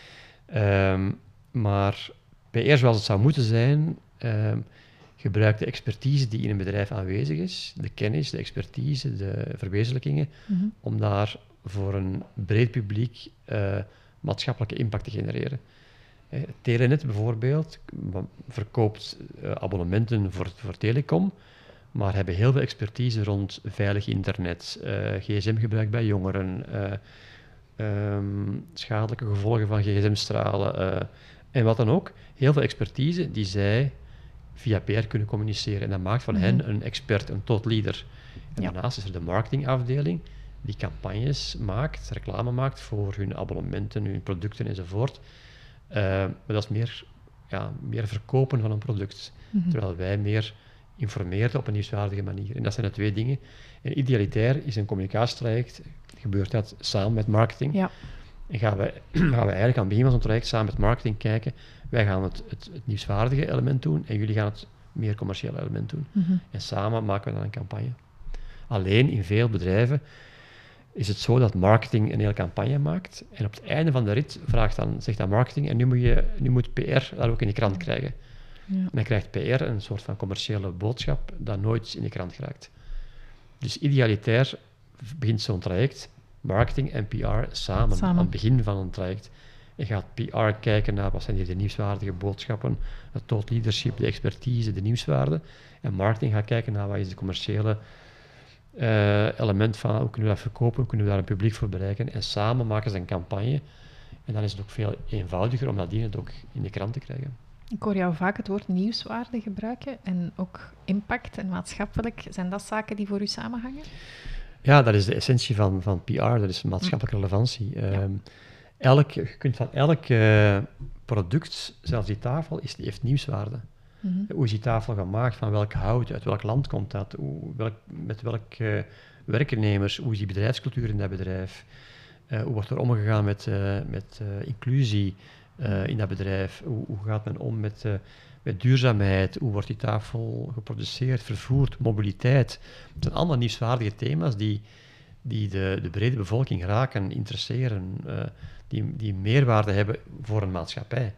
Um, maar P R zoals het zou moeten zijn, um, gebruikt de expertise die in een bedrijf aanwezig is, de kennis, de expertise, de verwezenlijkingen, mm-hmm. om daar voor een breed publiek uh, maatschappelijke impact te genereren. Eh, Telenet bijvoorbeeld verkoopt uh, abonnementen voor, voor telecom, maar hebben heel veel expertise rond veilig internet, uh, gsm-gebruik bij jongeren, uh, um, schadelijke gevolgen van gsm-stralen uh, en wat dan ook. Heel veel expertise die zij via P R kunnen communiceren. En dat maakt van mm-hmm. hen een expert, een thought leader. En ja. daarnaast is er de marketingafdeling die campagnes maakt, reclame maakt voor hun abonnementen, hun producten enzovoort. Uh, maar dat is meer, ja, meer verkopen van een product. Mm-hmm. Terwijl wij meer informeert op een nieuwswaardige manier. En dat zijn de twee dingen. En idealitair is een communicatietraject, gebeurt dat samen met marketing. Ja. En gaan we, gaan we eigenlijk aan het begin van zo'n traject samen met marketing kijken, wij gaan het, het, het nieuwswaardige element doen en jullie gaan het meer commerciële element doen. Mm-hmm. En samen maken we dan een campagne. Alleen in veel bedrijven is het zo dat marketing een hele campagne maakt en op het einde van de rit vraagt dan, zegt dan marketing en nu moet, je, nu moet P R dat ook in de krant krijgen. Ja. En dan krijgt P R een soort van commerciële boodschap dat nooit in de krant geraakt. Dus idealitair begint zo'n traject, marketing en P R samen, Samen. aan het begin van een traject. Je gaat P R kijken naar wat zijn hier de nieuwswaardige boodschappen, het thought leadership, de expertise, de nieuwswaarde. En marketing gaat kijken naar wat is de commerciële uh, element van hoe kunnen we dat verkopen, hoe kunnen we daar een publiek voor bereiken. En samen maken ze een campagne. En dan is het ook veel eenvoudiger om nadien het ook in de krant te krijgen. Ik hoor jou vaak het woord nieuwswaarde gebruiken en ook impact en maatschappelijk. Zijn dat zaken die voor u samenhangen? Ja, dat is de essentie van, van P R, dat is maatschappelijke relevantie. Ja. Um, elk, je kunt van elk uh, product, zelfs die tafel, is, die heeft nieuwswaarde. Mm-hmm. Hoe is die tafel gemaakt, van welk hout, uit welk land komt dat, hoe, welk, met welke uh, werknemers, hoe is die bedrijfscultuur in dat bedrijf, uh, hoe wordt er omgegaan met, uh, met uh, inclusie uh, in dat bedrijf, hoe, hoe gaat men om met, uh, met duurzaamheid, hoe wordt die tafel geproduceerd, vervoerd, mobiliteit. Het zijn allemaal nieuwswaardige thema's die, die de, de brede bevolking raken, interesseren, uh, die, die meerwaarde hebben voor een maatschappij.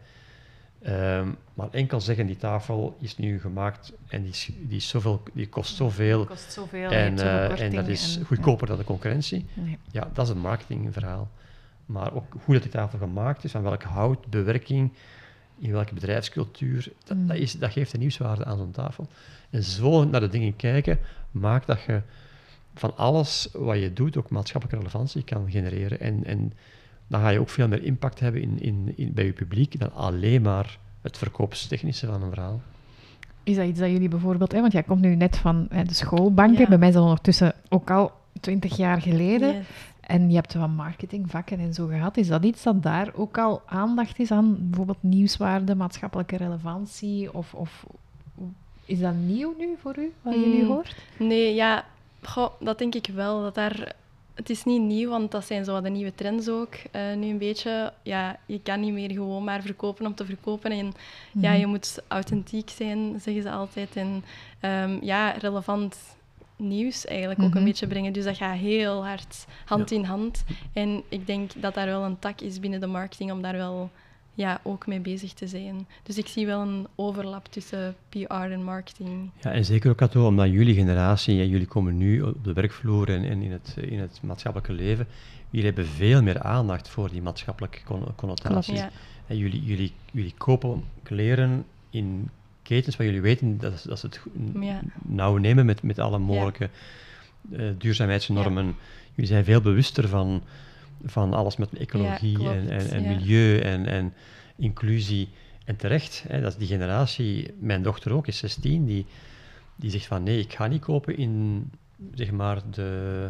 Um, maar enkel zeggen, die tafel is nu gemaakt en die, is, die, is zoveel, die kost zoveel, Die kost zoveel en, uh, en dat is en, goedkoper ja. dan de concurrentie. Nee. Ja, dat is een marketingverhaal. Maar ook hoe dat die tafel gemaakt is, van welk hout, bewerking, in welke bedrijfscultuur, dat, Mm. dat, is, dat geeft een nieuwswaarde aan zo'n tafel. En zo naar de dingen kijken, maakt dat je van alles wat je doet ook maatschappelijke relevantie kan genereren. En, en dan ga je ook veel meer impact hebben in, in, in, bij je publiek dan alleen maar het verkoopstechnische van een verhaal. Is dat iets dat jullie bijvoorbeeld... Hè, want jij komt nu net van hè, de schoolbanken. Ja. Bij mij is dat ondertussen ook al twintig jaar geleden. Yes. En je hebt wat marketingvakken en zo gehad. Is dat iets dat daar ook al aandacht is aan? Bijvoorbeeld nieuwswaarde, maatschappelijke relevantie? Of, of is dat nieuw nu voor u, wat je nu Mm. hoort? Nee, ja, goh, dat denk ik wel. Dat daar, het is niet nieuw, want dat zijn zo de nieuwe trends ook. Uh, nu een beetje, ja, je kan niet meer gewoon maar verkopen om te verkopen. En Mm-hmm. ja, je moet authentiek zijn, zeggen ze altijd. En um, ja, relevant nieuws eigenlijk ook Mm-hmm. een beetje brengen. Dus dat gaat heel hard hand Ja. in hand. En ik denk dat daar wel een tak is binnen de marketing om daar wel ja, ook mee bezig te zijn. Dus ik zie wel een overlap tussen P R en marketing. Ja, en zeker ook, Kato, omdat jullie generatie, en jullie komen nu op de werkvloer en, en in, het, in het maatschappelijke leven, jullie hebben veel meer aandacht voor die maatschappelijke con- connotatie. Ja. En jullie, jullie, jullie kopen kleren in ketens waar jullie weten dat, dat ze het Ja. nauw nemen met, met alle mogelijke uh, duurzaamheidsnormen. Ja. Jullie zijn veel bewuster van, van alles met ecologie Ja, en, en, en ja. milieu en, en inclusie. En terecht, hè, dat is die generatie, mijn dochter ook is zestien, die, die zegt van nee, ik ga niet kopen in, zeg maar, de,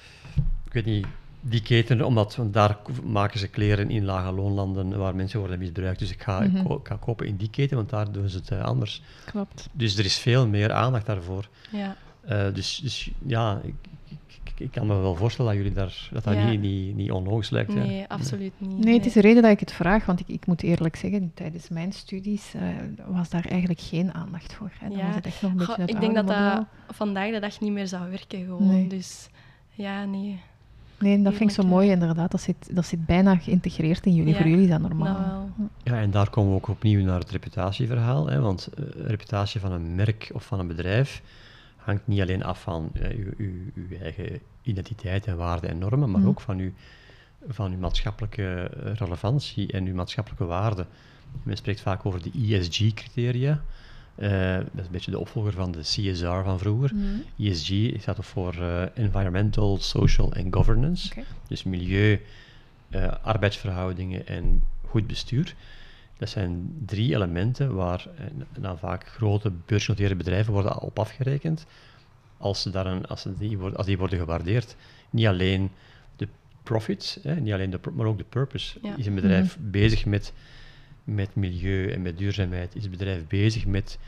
ik weet niet, die keten, omdat want daar maken ze kleren in lage loonlanden waar mensen worden misbruikt. Dus ik ga, Mm-hmm. ko- ik ga kopen in die keten, want daar doen ze het uh, anders. Klopt. Dus er is veel meer aandacht daarvoor. Ja. Uh, dus, dus ja, ik, ik, ik kan me wel voorstellen dat jullie daar, dat, dat Ja. niet, niet, niet onlogisch lijkt. hè. Nee, absoluut niet. Nee, het is de reden dat ik het vraag, want ik, ik moet eerlijk zeggen, tijdens mijn studies uh, was daar eigenlijk geen aandacht voor. Hè. Dan Ja. was het echt nog een beetje Goh, het ik denk oude dat model. dat vandaag de dag niet meer zou werken gewoon. Nee. Dus ja, nee. Nee, dat vind ik zo Eerlijk, mooi ja. inderdaad. Dat zit, dat zit bijna geïntegreerd in jullie. Ja, Voor jullie is dat normaal. dat wel. Ja, en daar komen we ook opnieuw naar het reputatieverhaal. Hè, want uh, de reputatie van een merk of van een bedrijf hangt niet alleen af van uh, uw, uw, uw eigen identiteit en waarden en normen, maar Mm. ook van uw, van uw maatschappelijke relevantie en uw maatschappelijke waarden. Men spreekt vaak over de E S G-criteria. Uh, dat is een beetje de opvolger van de C S R van vroeger. Mm. E S G staat voor uh, Environmental, Social en Governance. Okay. Dus milieu, uh, arbeidsverhoudingen en goed bestuur. Dat zijn drie elementen waar en, en dan vaak grote beursgenoteerde bedrijven worden op afgerekend als, ze daar een, als, ze die, worden, als die worden gewaardeerd. Niet alleen de profits, hè, niet alleen de, maar ook de purpose. Ja. Is een bedrijf Mm-hmm. bezig met, met milieu en met duurzaamheid? Is het bedrijf bezig met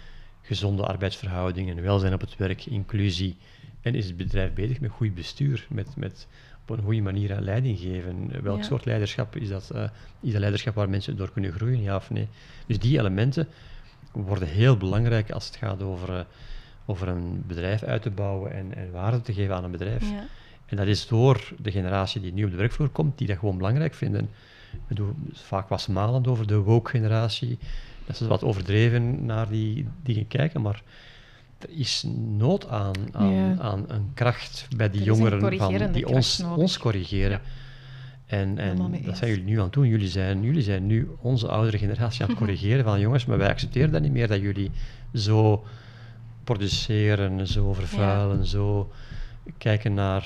gezonde arbeidsverhoudingen, welzijn op het werk, inclusie. En is het bedrijf bezig met goed bestuur, met, met op een goede manier aan leiding geven? Welk ja. soort leiderschap is dat? Uh, is dat leiderschap waar mensen door kunnen groeien, ja of nee? Dus die elementen worden heel belangrijk als het gaat over, uh, over een bedrijf uit te bouwen en, en waarde te geven aan een bedrijf. Ja. En dat is door de generatie die nu op de werkvloer komt, die dat gewoon belangrijk vinden. We doen vaak wat smalend over de woke-generatie, dat ze wat overdreven naar die dingen kijken, maar er is nood aan, aan, ja. aan een kracht bij die jongeren van, die ons, ons corrigeren. Ja. En, en dat zijn jullie nu aan het doen. Jullie zijn, jullie zijn nu onze oudere generatie aan het corrigeren van jongens, maar wij accepteren dat niet meer, dat jullie zo produceren, zo vervuilen, ja. zo kijken naar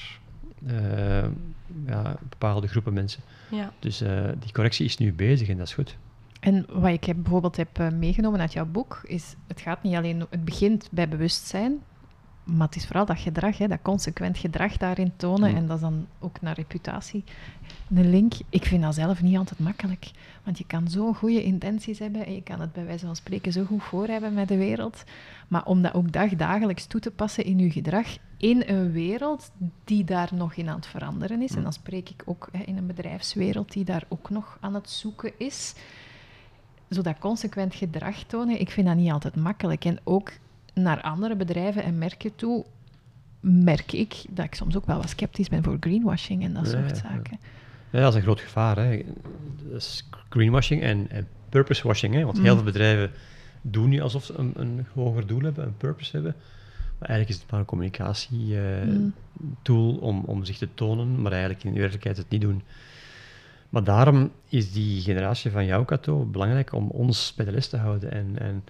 uh, ja, bepaalde groepen mensen. Ja. Dus uh, die correctie is nu bezig en dat is goed. En wat ik heb, bijvoorbeeld heb uh, meegenomen uit jouw boek, is het gaat niet alleen, het begint bij bewustzijn, maar het is vooral dat gedrag, hè, dat consequent gedrag daarin tonen. Mm. En dat is dan ook naar reputatie een link. Ik vind dat zelf niet altijd makkelijk. Want je kan zo'n goede intenties hebben en je kan het bij wijze van spreken zo goed voor hebben met de wereld. Maar om dat ook dagdagelijks toe te passen in je gedrag, in een wereld die daar nog in aan het veranderen is. Mm. En dan spreek ik ook hè, in een bedrijfswereld die daar ook nog aan het zoeken is. Zodat consequent gedrag tonen, ik vind dat niet altijd makkelijk. En ook naar andere bedrijven en merken toe, merk ik dat ik soms ook wel wat sceptisch ben voor greenwashing en dat soort ja, zaken. Ja, dat is een groot gevaar. Hè. Dat is greenwashing en, en purposewashing. Hè. Want mm. heel veel bedrijven doen nu alsof ze een, een hoger doel hebben, een purpose hebben. Maar eigenlijk is het maar een communicatietool uh, mm. om, om zich te tonen, maar eigenlijk in de werkelijkheid het niet doen. Maar daarom is die generatie van jou, Kato, belangrijk om ons bij de les te houden. En, en,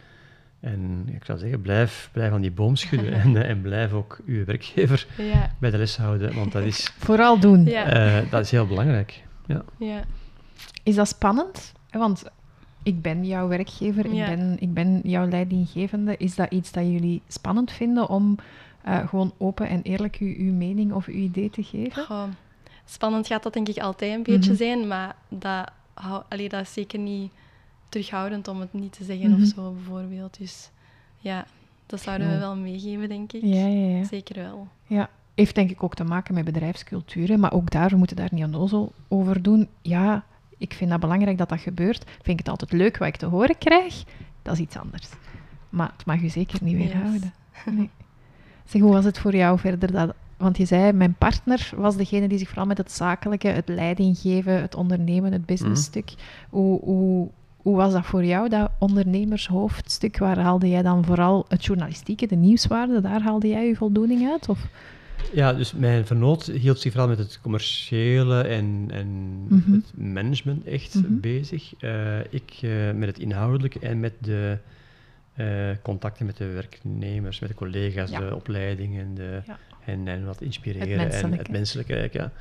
en ik zou zeggen, blijf, blijf aan die boom schudden en, en blijf ook uw werkgever ja. bij de les houden. Want dat is... Vooral doen. Ja. Uh, dat is heel belangrijk. Ja. Ja. Is dat spannend? Want ik ben jouw werkgever, ja. ik, ben, ik ben jouw leidinggevende. Is dat iets dat jullie spannend vinden om uh, gewoon open en eerlijk uw, uw mening of uw idee te geven? Goh. Spannend gaat dat denk ik altijd een beetje mm-hmm. zijn, maar dat, allee, dat is zeker niet terughoudend om het niet te zeggen mm-hmm. of zo, bijvoorbeeld. Dus ja, dat zouden we wel meegeven, denk ik. Ja, ja, ja. Zeker wel. Ja, heeft denk ik ook te maken met bedrijfscultuur, maar ook daar, we moeten daar niet onnozel over doen. Ja, ik vind dat belangrijk dat dat gebeurt. Vind ik het altijd leuk wat ik te horen krijg, dat is iets anders. Maar het mag u zeker niet weerhouden. Yes. Nee. Zeg, hoe was het voor jou verder dat... Want je zei, mijn partner was degene die zich vooral met het zakelijke, het leidinggeven, het ondernemen, het businessstuk. Mm. Hoe, hoe, hoe was dat voor jou, dat ondernemershoofdstuk? Waar haalde jij dan vooral het journalistieke, de nieuwswaarde, daar haalde jij je voldoening uit? Of? Ja, dus mijn vernoot hield zich vooral met het commerciële en, en mm-hmm. het management echt mm-hmm. bezig. Uh, ik uh, met het inhoudelijke en met de uh, contacten met de werknemers, met de collega's, ja. de opleidingen, de... Ja. En, en wat inspireren het en het menselijke. Ja.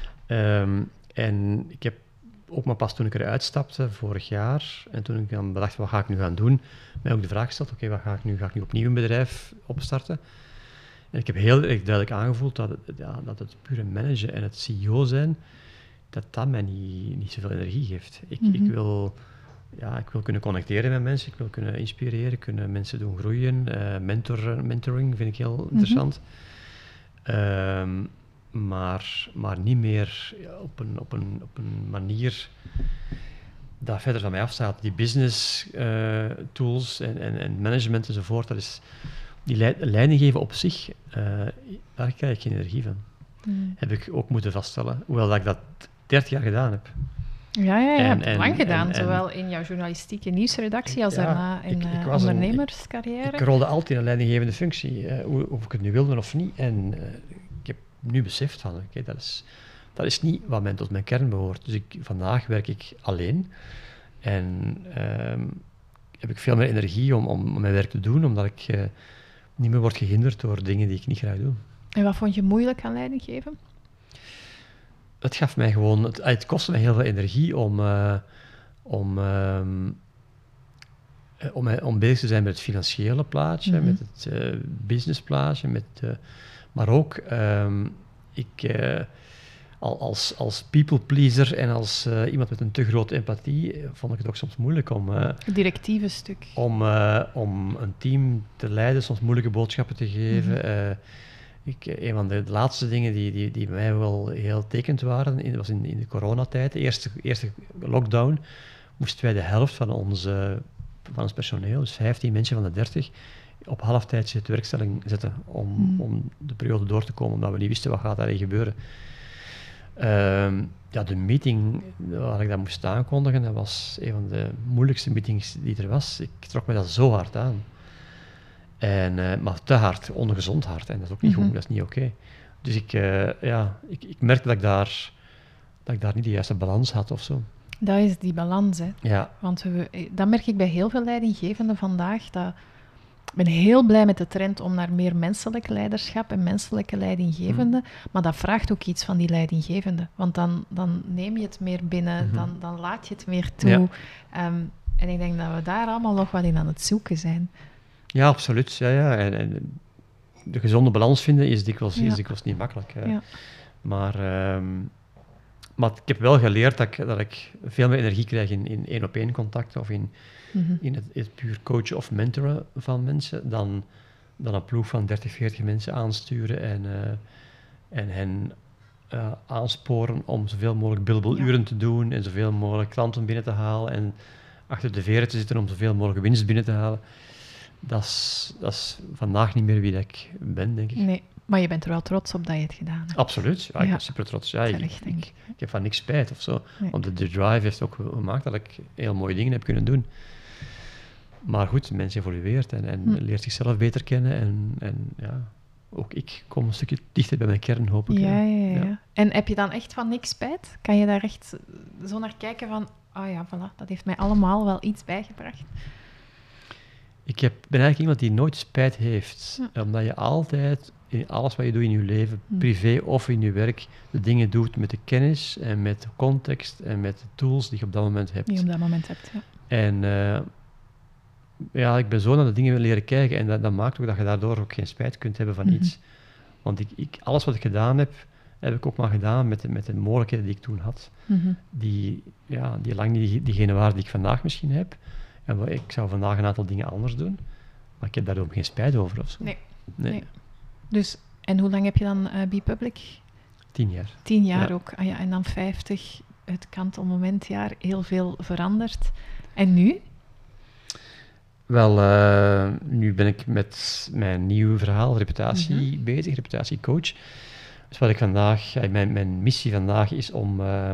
Ja. Um, en ik heb ook maar pas toen ik eruit stapte, vorig jaar, en toen ik dan bedacht, wat ga ik nu gaan doen, mij ook de vraag gesteld, oké, okay, wat ga ik nu? Ga ik nu opnieuw een bedrijf opstarten? En ik heb heel erg duidelijk aangevoeld dat het, ja, dat het pure managen en het C E O zijn, dat dat mij niet, niet zoveel energie geeft. Ik, mm-hmm. ik, wil, ja, ik wil kunnen connecteren met mensen, ik wil kunnen inspireren, kunnen mensen doen groeien. Uh, mentor, mentoring vind ik heel mm-hmm. interessant. Um, maar, maar niet meer ja, op, een, op, een, op een manier dat verder van mij afstaat. Die business uh, tools en, en, en management enzovoort, dat is, die leid, leiding geven op zich, uh, daar krijg ik geen energie van. Mm. Heb ik ook moeten vaststellen, hoewel dat ik dat dertig jaar gedaan heb. Ja, ja, je hebt het lang gedaan, en, zowel in jouw journalistieke nieuwsredactie als ja, daarna in ik, ik uh, ondernemerscarrière. Ik, ik rolde altijd in een leidinggevende functie, uh, hoe, of ik het nu wilde of niet. En uh, ik heb nu beseft van, okay, dat, is, dat is niet wat mij tot mijn kern behoort. Dus ik, vandaag werk ik alleen en uh, heb ik veel meer energie om, om mijn werk te doen, omdat ik uh, niet meer word gehinderd door dingen die ik niet graag doe. En wat vond je moeilijk aan leiding geven? Het gaf mij gewoon, het, het kostte mij heel veel energie om, uh, om, um, om, om bezig te zijn met het financiële plaatje, mm-hmm. met het uh, businessplaatje, met, uh, maar ook, um, ik, uh, als, als people pleaser en als uh, iemand met een te grote empathie vond ik het ook soms moeilijk om... Uh, het directieve stuk. Om, uh, om een team te leiden, soms moeilijke boodschappen te geven. Mm-hmm. uh, ik, een van de, de laatste dingen die, die, die bij mij wel heel tekend waren, in, was in, in de coronatijd, de eerste, eerste lockdown, moesten wij de helft van ons, uh, van ons personeel, dus vijftien mensen van de dertig, op halftijdse werkstelling zetten om, mm. om de periode door te komen, omdat we niet wisten wat gaat daarin gebeuren. Uh, ja, de meeting waar ik dat moest aankondigen, dat was een van de moeilijkste meetings die er was. Ik trok me dat zo hard aan. En, uh, maar te hard, ongezond hard. En dat is ook niet mm-hmm. goed, dat is niet oké. Okay. Dus ik, uh, ja, ik, ik merkte dat ik, daar, dat ik daar niet de juiste balans had of zo. Dat is die balans, hè. Ja. Want we, dat merk ik bij heel veel leidinggevenden vandaag. Dat, ik ben heel blij met de trend om naar meer menselijk leiderschap en menselijke leidinggevenden. Mm. Maar dat vraagt ook iets van die leidinggevenden. Want dan, dan neem je het meer binnen, mm-hmm. dan, dan laat je het meer toe. Ja. Um, en ik denk dat we daar allemaal nog wat in aan het zoeken zijn. Ja, absoluut. Ja, ja. En, en de gezonde balans vinden is dikwijls, ja. is dikwijls niet makkelijk. Ja. Maar, um, maar ik heb wel geleerd dat ik, dat ik veel meer energie krijg in, in één-op-één contacten of in, mm-hmm. in het, het puur coachen of mentoren van mensen dan, dan een ploeg van dertig, veertig mensen aansturen en, uh, en hen uh, aansporen om zoveel mogelijk billable ja. uren te doen en zoveel mogelijk klanten binnen te halen en achter de veren te zitten om zoveel mogelijk winst binnen te halen. Dat is, dat is vandaag niet meer wie dat ik ben, denk ik. Nee, maar je bent er wel trots op dat je het gedaan hebt. Absoluut, ja, ja. ik ben super trots. Ja, Terecht, ik, ik, ik heb van niks spijt of zo. Nee. Want de, de drive heeft ook gemaakt dat ik heel mooie dingen heb kunnen doen. Maar goed, de mens evolueert en, en hm. leert zichzelf beter kennen. En, en ja, ook ik kom een stukje dichter bij mijn kern, hoop ik. Ja, ja, ja. ja. En heb je dan echt van niks spijt? Kan je daar echt zo naar kijken van, oh ja, voilà, dat heeft mij allemaal wel iets bijgebracht? Ik heb, ben eigenlijk iemand die nooit spijt heeft. Ja. Omdat je altijd, in alles wat je doet in je leven, hm. privé of in je werk, de dingen doet met de kennis en met de context en met de tools die je op dat moment hebt. Die je op dat moment hebt, ja. En uh, ja, ik ben zo naar de dingen leren kijken en dat, dat maakt ook dat je daardoor ook geen spijt kunt hebben van mm-hmm. iets. Want ik, ik, alles wat ik gedaan heb, heb ik ook maar gedaan met de, met de mogelijkheden die ik toen had. Mm-hmm. Die, ja, die lang niet diegene waren die ik vandaag misschien heb. En ik zou vandaag een aantal dingen anders doen, maar ik heb daar ook geen spijt over of zo. Nee. nee. nee. Dus, en hoe lang heb je dan uh, BePublic? Tien jaar. Tien jaar ja. ook. Ah, ja, en dan vijftig, het kantelmomentjaar, heel veel veranderd. En nu? Wel, uh, nu ben ik met mijn nieuwe verhaal, reputatie, mm-hmm. bezig, reputatiecoach. Dus wat ik vandaag, uh, mijn, mijn missie vandaag is om uh,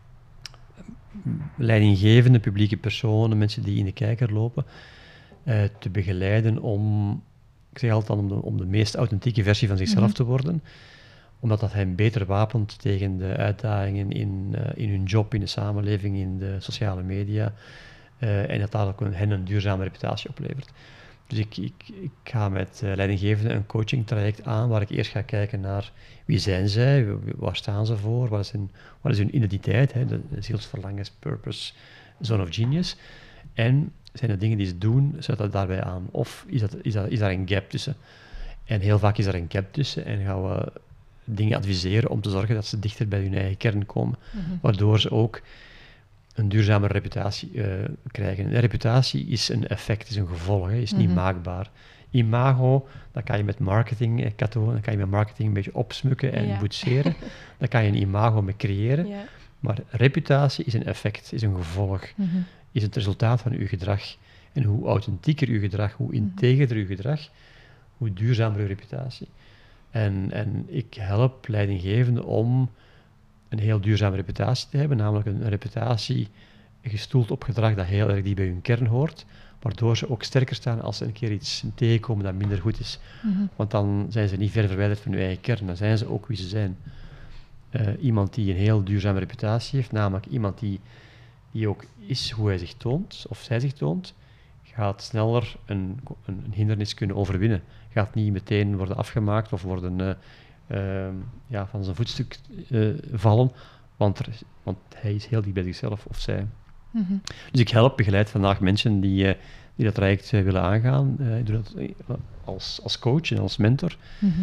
leidinggevende publieke personen, mensen die in de kijker lopen, uh, te begeleiden om, ik zeg altijd om de, om de meest authentieke versie van zichzelf mm-hmm. te worden. Omdat dat hen beter wapent tegen de uitdagingen in, uh, in hun job, in de samenleving, in de sociale media. Uh, en dat dat ook een, hen een duurzame reputatie oplevert. Dus ik, ik, ik ga met uh, leidinggevenden een coaching-traject aan, waar ik eerst ga kijken naar wie zijn zij, waar staan ze voor, wat is hun, wat is hun identiteit, hè, de, de zielsverlangens, purpose, zone of genius. En zijn er dingen die ze doen, sluit dat daarbij aan? Of is, dat, is, dat, is daar een gap tussen? En heel vaak is er een gap tussen en gaan we dingen adviseren om te zorgen dat ze dichter bij hun eigen kern komen, mm-hmm. waardoor ze ook een duurzame reputatie uh, krijgen. Een reputatie is een effect, is een gevolg, hè, is mm-hmm. niet maakbaar. Imago, dat kan je met marketing, eh, Kato, dan kan je met marketing een beetje opsmukken en ja. boetseren. Daar kan je een imago mee creëren. Ja. Maar reputatie is een effect, is een gevolg, mm-hmm. is het resultaat van uw gedrag. En hoe authentieker uw gedrag, hoe integerder uw gedrag, hoe duurzamer uw reputatie. En, en ik help leidinggevenden om een heel duurzame reputatie te hebben, namelijk een, een reputatie gestoeld op gedrag dat heel erg die bij hun kern hoort, waardoor ze ook sterker staan als ze een keer iets tegenkomen dat minder goed is. Mm-hmm. Want dan zijn ze niet ver verwijderd van hun eigen kern, dan zijn ze ook wie ze zijn. Uh, iemand die een heel duurzame reputatie heeft, namelijk iemand die, die ook is hoe hij zich toont, of zij zich toont, gaat sneller een, een, een hindernis kunnen overwinnen. Gaat niet meteen worden afgemaakt of worden uh, uh, ja, van zijn voetstuk uh, vallen, want, er, want hij is heel dicht bij zichzelf of zij. Mm-hmm. Dus ik help, begeleid vandaag mensen die, uh, die dat traject uh, willen aangaan. Uh, ik doe dat als, als coach en als mentor. Mm-hmm.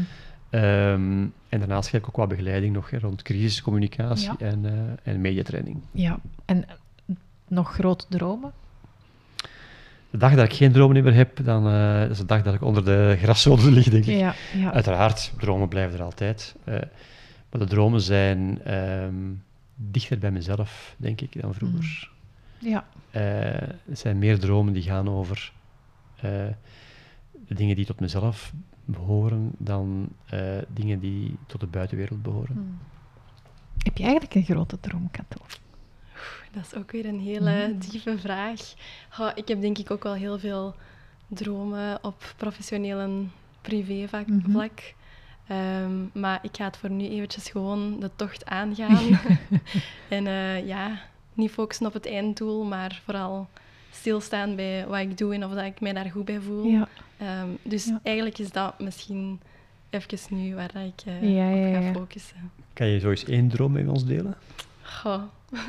Um, en daarnaast geef ik ook wat begeleiding nog hè, rond crisiscommunicatie Ja. en, uh, en mediatraining. Ja, en nog grote dromen? De dag dat ik geen dromen meer heb, dan uh, is de dag dat ik onder de graszode lig, denk ik. Ja, ja. Uiteraard, dromen blijven er altijd. Uh, maar de dromen zijn um, dichter bij mezelf, denk ik, dan vroeger. Mm. Ja. Uh, er zijn meer dromen die gaan over uh, de dingen die tot mezelf behoren dan uh, dingen die tot de buitenwereld behoren. Mm. Heb je eigenlijk een grote droom, Kato? Dat is ook weer een hele Mm. diepe vraag. Oh, ik heb denk ik ook wel heel veel dromen op professioneel en privé vlak. Mm-hmm. Um, maar ik ga het voor nu eventjes gewoon de tocht aangaan. en uh, ja, niet focussen op het einddoel, maar vooral stilstaan bij wat ik doe en of dat ik mij daar goed bij voel. Ja. Um, dus Ja. eigenlijk is dat misschien even nu waar ik uh, Ja, ja, op ga ja. focussen. Kan je zo eens één droom met ons delen? Goh.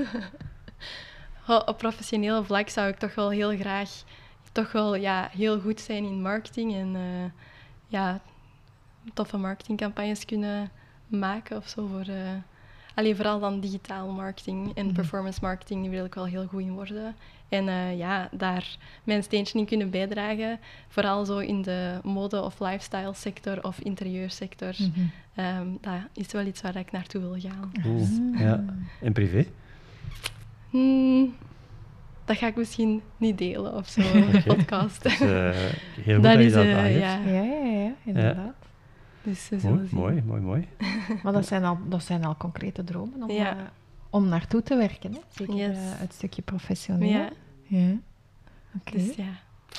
Goh, op professioneel vlak zou ik toch wel heel graag toch wel, ja, heel goed zijn in marketing en uh, ja, toffe marketingcampagnes kunnen maken of zo. Voor, uh, allee, vooral dan digitaal marketing en Mhm. performance marketing, daar wil ik wel heel goed in worden. En uh, ja, daar mijn steentje in kunnen bijdragen. Vooral zo in de mode- of lifestyle sector of interieursector. Mm-hmm. Um, dat is wel iets waar ik naartoe wil gaan. Oeh, ja. En privé? Hmm, dat ga ik misschien niet delen of zo, in de Oké. podcast. Dat is uh, heel goed Dat dat je is, dat uh, aangeeft. ja. Ja, ja, ja, inderdaad. Dus we zullen Mooi, zien. mooi, mooi, mooi. Maar dat zijn, al, dat zijn al concrete dromen om, Ja. uh, om naartoe te werken. Hè? Zeker Yes. uh, het stukje professioneel. Ja, Ja. Oké. dus ja.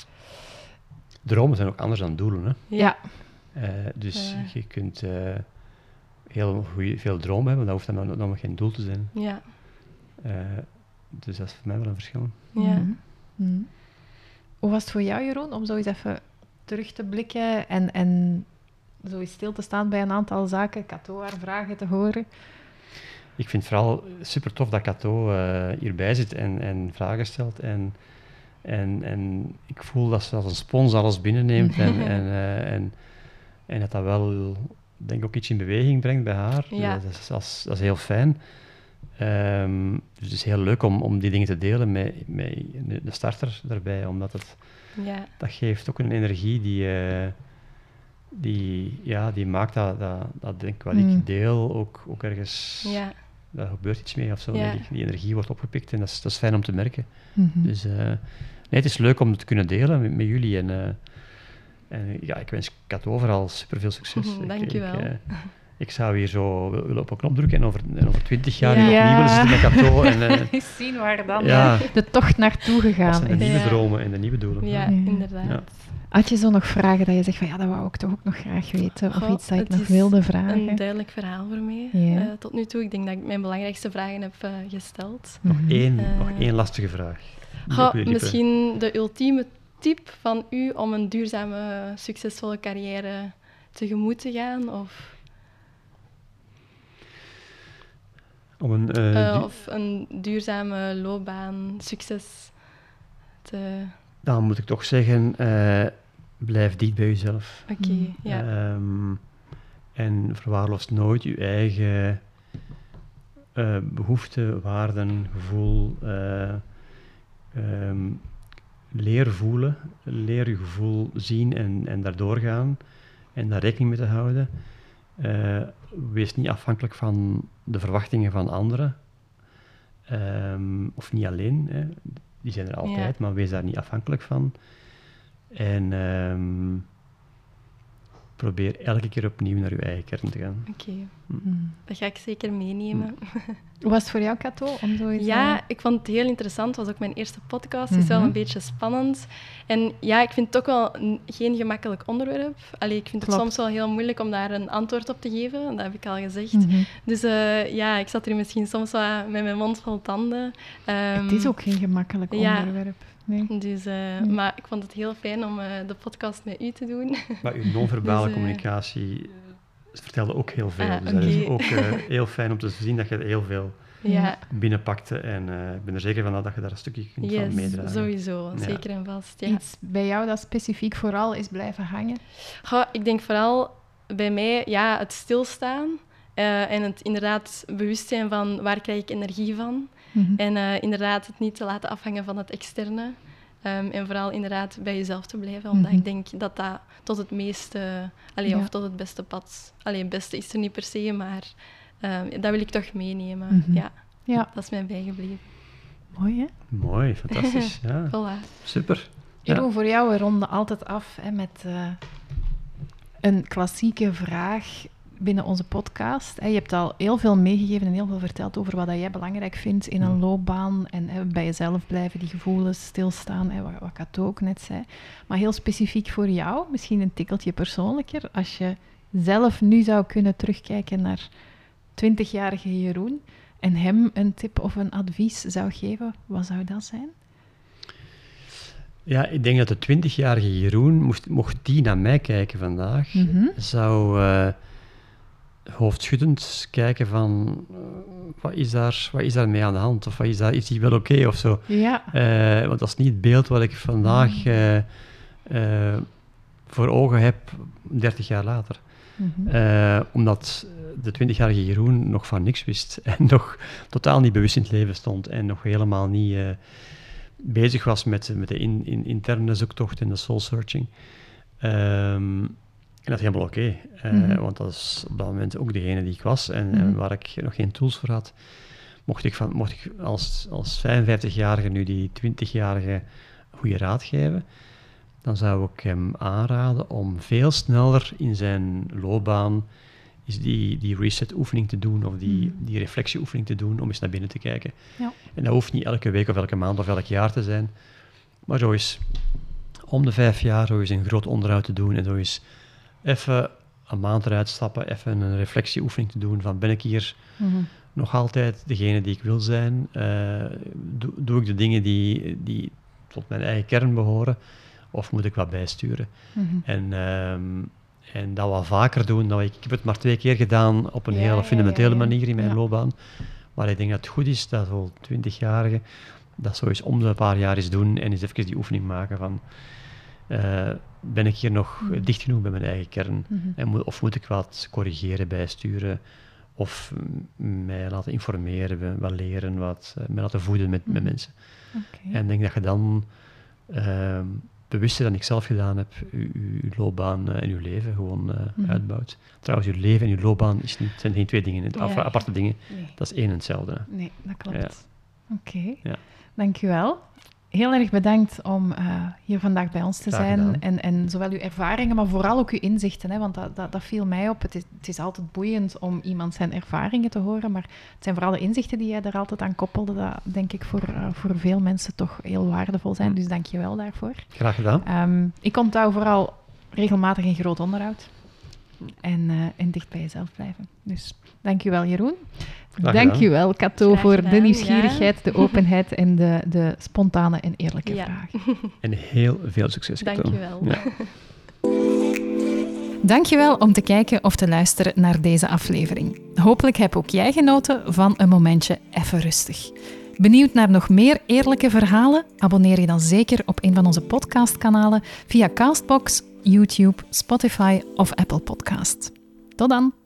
Dromen zijn ook anders dan doelen. Hè? Ja. Uh, dus Uh. je kunt uh, heel goeie, veel dromen hebben, maar dat hoeft dan nog, nog geen doel te zijn. Ja. Uh, dus dat is voor mij wel een verschil. Ja. Mhm. Mhm. Hoe was het voor jou, Jeroen, om zo eens even terug te blikken en, en zo eens stil te staan bij een aantal zaken, Kato haar vragen te horen? Ik vind het vooral super tof dat Kato uh, hierbij zit en, en vragen stelt. En, en, en ik voel dat ze als een spons alles binnenneemt en, en, uh, en, en dat dat wel, denk ik, ook iets in beweging brengt bij haar. Ja. Dus dat, is, dat, is, dat is heel fijn. Um, dus het is heel leuk om, om die dingen te delen met, met de starter daarbij, omdat het, Ja. dat geeft ook een energie die, uh, die, ja, die maakt dat, dat, dat denk ik, wat Mm. ik deel ook, ook ergens... Ja. Daar gebeurt iets mee of zo. Ja. Die, die energie wordt opgepikt en dat is, dat is fijn om te merken. Mm-hmm. Dus uh, nee, het is leuk om het te kunnen delen met, met jullie. En, uh, en ja, ik wens Kato overal super veel succes. Dank ik, je wel. Ik, uh, ik zou hier zo willen op een knop drukken en over, en over twintig jaar Ja. hier opnieuw willen zitten met Kato. En, uh, Eens zien waar dan ja, uh, de tocht naartoe dat gegaan zijn de is. nieuwe Ja. dromen en de nieuwe doelen. Ja, Ja. inderdaad. Ja. Had je zo nog vragen dat je zegt van ja, dat wou ik toch ook nog graag weten? Of Goh, iets dat ik het nog is wilde vragen? Een duidelijk verhaal voor mij Ja. uh, tot nu toe. Ik denk dat ik mijn belangrijkste vragen heb uh, gesteld. Nog, Mhm. één, Uh, nog één lastige vraag. Die Goh, op je lippen. misschien de ultieme tip van u om een duurzame, succesvolle carrière tegemoet te gaan? Of, Om een, uh, uh, du- of een duurzame loopbaan, succes te... dan moet ik toch zeggen, uh, blijf dicht bij jezelf. Oké, Mm. ja. Um, en verwaarloost nooit je eigen uh, behoeften, waarden, gevoel. Uh, um, leer voelen, leer je gevoel zien en, en daardoor gaan en daar rekening mee te houden. Uh, wees niet afhankelijk van de verwachtingen van anderen. Um, of niet alleen, hè. Die zijn er altijd, Ja. maar wees daar niet afhankelijk van. En um, probeer elke keer opnieuw naar je eigen kern te gaan. Oké, Mm. dat ga ik zeker meenemen. Hoe was het voor jou, Kato, om zoiets... Ja, uh, ik vond het heel interessant. Het was ook mijn eerste podcast. Het is wel Mhm. een beetje spannend. En ja, ik vind het ook wel een, geen gemakkelijk onderwerp. Allee, ik vind het Klopt. soms wel heel moeilijk om daar een antwoord op te geven. Dat heb ik al gezegd. mhm. Dus uh, ja, ik zat hier misschien soms wel met mijn mond vol tanden. Um, Het is ook geen gemakkelijk ja. onderwerp. Nee. Dus, uh, Mm. Maar ik vond het heel fijn om uh, de podcast met u te doen. Maar uw non-verbale Dus, uh, communicatie vertelde ook heel veel. Ah, dus dat is oké. ook uh, heel fijn om te zien dat je heel veel Ja, binnenpakte. En uh, ik ben er zeker van dat je daar een stukje kunt van yes, meedragen. sowieso. Ja. Zeker en vast. Ja. Iets bij jou dat specifiek vooral is blijven hangen? Goh, ik denk vooral bij mij ja, het stilstaan uh, en het inderdaad bewust zijn van waar krijg ik energie van. Mm-hmm. En uh, inderdaad het niet te laten afhangen van het externe. Um, en vooral inderdaad bij jezelf te blijven, omdat mm-hmm. ik denk dat dat tot het meeste, allee, ja. of tot het beste pad, allee, het beste is er niet per se, maar uh, dat wil ik toch meenemen. Mm-hmm. Ja, ja, dat is mij bijgebleven. Mooi, hè? Mooi, fantastisch. Ja. Voilà. Super. Jeroen, ja. Voor jou, we ronden altijd af hè, met uh, een klassieke vraag binnen onze podcast. Je hebt al heel veel meegegeven en heel veel verteld over wat jij belangrijk vindt in een loopbaan en hè, bij jezelf blijven, die gevoelens stilstaan, hè, wat, wat Kato ook net zei. Maar heel specifiek voor jou, misschien een tikkeltje persoonlijker, als je zelf nu zou kunnen terugkijken naar twintigjarige Jeroen en hem een tip of een advies zou geven, wat zou dat zijn? Ja, ik denk dat de twintigjarige Jeroen, mocht, mocht die naar mij kijken vandaag, mm-hmm. zou uh, hoofdschuddend kijken van uh, wat, is daar, wat is daar mee aan de hand? Of wat is, daar, is die wel oké okay, of zo? Ja. Uh, want dat is niet het beeld wat ik vandaag uh, uh, voor ogen heb, dertig jaar later. Mm-hmm. Uh, omdat de twintigjarige Jeroen nog van niks wist en nog totaal niet bewust in het leven stond en nog helemaal niet uh, bezig was met, met de in, in, interne zoektocht en de soul-searching. Um, en dat is helemaal oké, okay, uh, mm-hmm. want dat is op dat moment ook degene die ik was en, mm-hmm. en waar ik nog geen tools voor had. Mocht ik, van, mocht ik als, als vijfenvijftigjarige nu die twintigjarige goede raad geven, dan zou ik hem aanraden om veel sneller in zijn loopbaan is die, die reset-oefening te doen of die, mm. die reflectie-oefening te doen om eens naar binnen te kijken. Ja. En dat hoeft niet elke week of elke maand of elk jaar te zijn, maar zo eens om de vijf jaar zo eens een groot onderhoud te doen en zo eens even een maand eruit stappen, even een reflectie-oefening te doen van ben ik hier mm-hmm. nog altijd degene die ik wil zijn? Uh, doe, doe ik de dingen die, die tot mijn eigen kern behoren? Of moet ik wat bijsturen? Mm-hmm. En, um, en dat wat vaker doen. Nou, ik, ik heb het maar twee keer gedaan op een ja, hele fundamentele ja, ja, ja. manier in mijn ja. loopbaan. Maar ik denk dat het goed is dat zo'n twintigjarigen dat zo eens om de paar jaar eens doen en eens even die oefening maken van uh, ben ik hier nog mm-hmm. dicht genoeg bij mijn eigen kern? Mm-hmm. En mo- of moet ik wat corrigeren, bijsturen? Of m- mij laten informeren, wat leren, wat, uh, mij laten voeden met, mm-hmm. met mensen. Okay. En ik denk dat je dan uh, bewuster dan ik zelf gedaan heb, je loopbaan uh, en je leven gewoon uh, mm-hmm. uitbouwt. Trouwens, je leven en je loopbaan is niet, zijn geen twee dingen, ja. aparte dingen. Nee. Dat is één en hetzelfde. Nee, dat klopt. Ja. Oké, okay. ja. Dankjewel. Heel erg bedankt om uh, hier vandaag bij ons te Graag zijn. En, en zowel uw ervaringen, maar vooral ook uw inzichten. Hè, want dat, dat, dat viel mij op. Het is, het is altijd boeiend om iemand zijn ervaringen te horen. Maar het zijn vooral de inzichten die jij er altijd aan koppelde. Dat denk ik voor, uh, voor veel mensen toch heel waardevol zijn. Dus dank je wel daarvoor. Graag gedaan. Um, ik onthoud vooral regelmatig een groot onderhoud. En, uh, en dicht bij jezelf blijven. Dus dank je wel, Jeroen. Dank je wel, Kato, voor gedaan, de nieuwsgierigheid, ja. de openheid en de, de spontane en eerlijke ja. vragen. En heel veel succes, Kato. Dank je wel. Ja. Dank je wel om te kijken of te luisteren naar deze aflevering. Hopelijk heb ook jij genoten van een momentje even rustig. Benieuwd naar nog meer eerlijke verhalen? Abonneer je dan zeker op een van onze podcastkanalen via Castbox, YouTube, Spotify of Apple Podcast. Tot dan!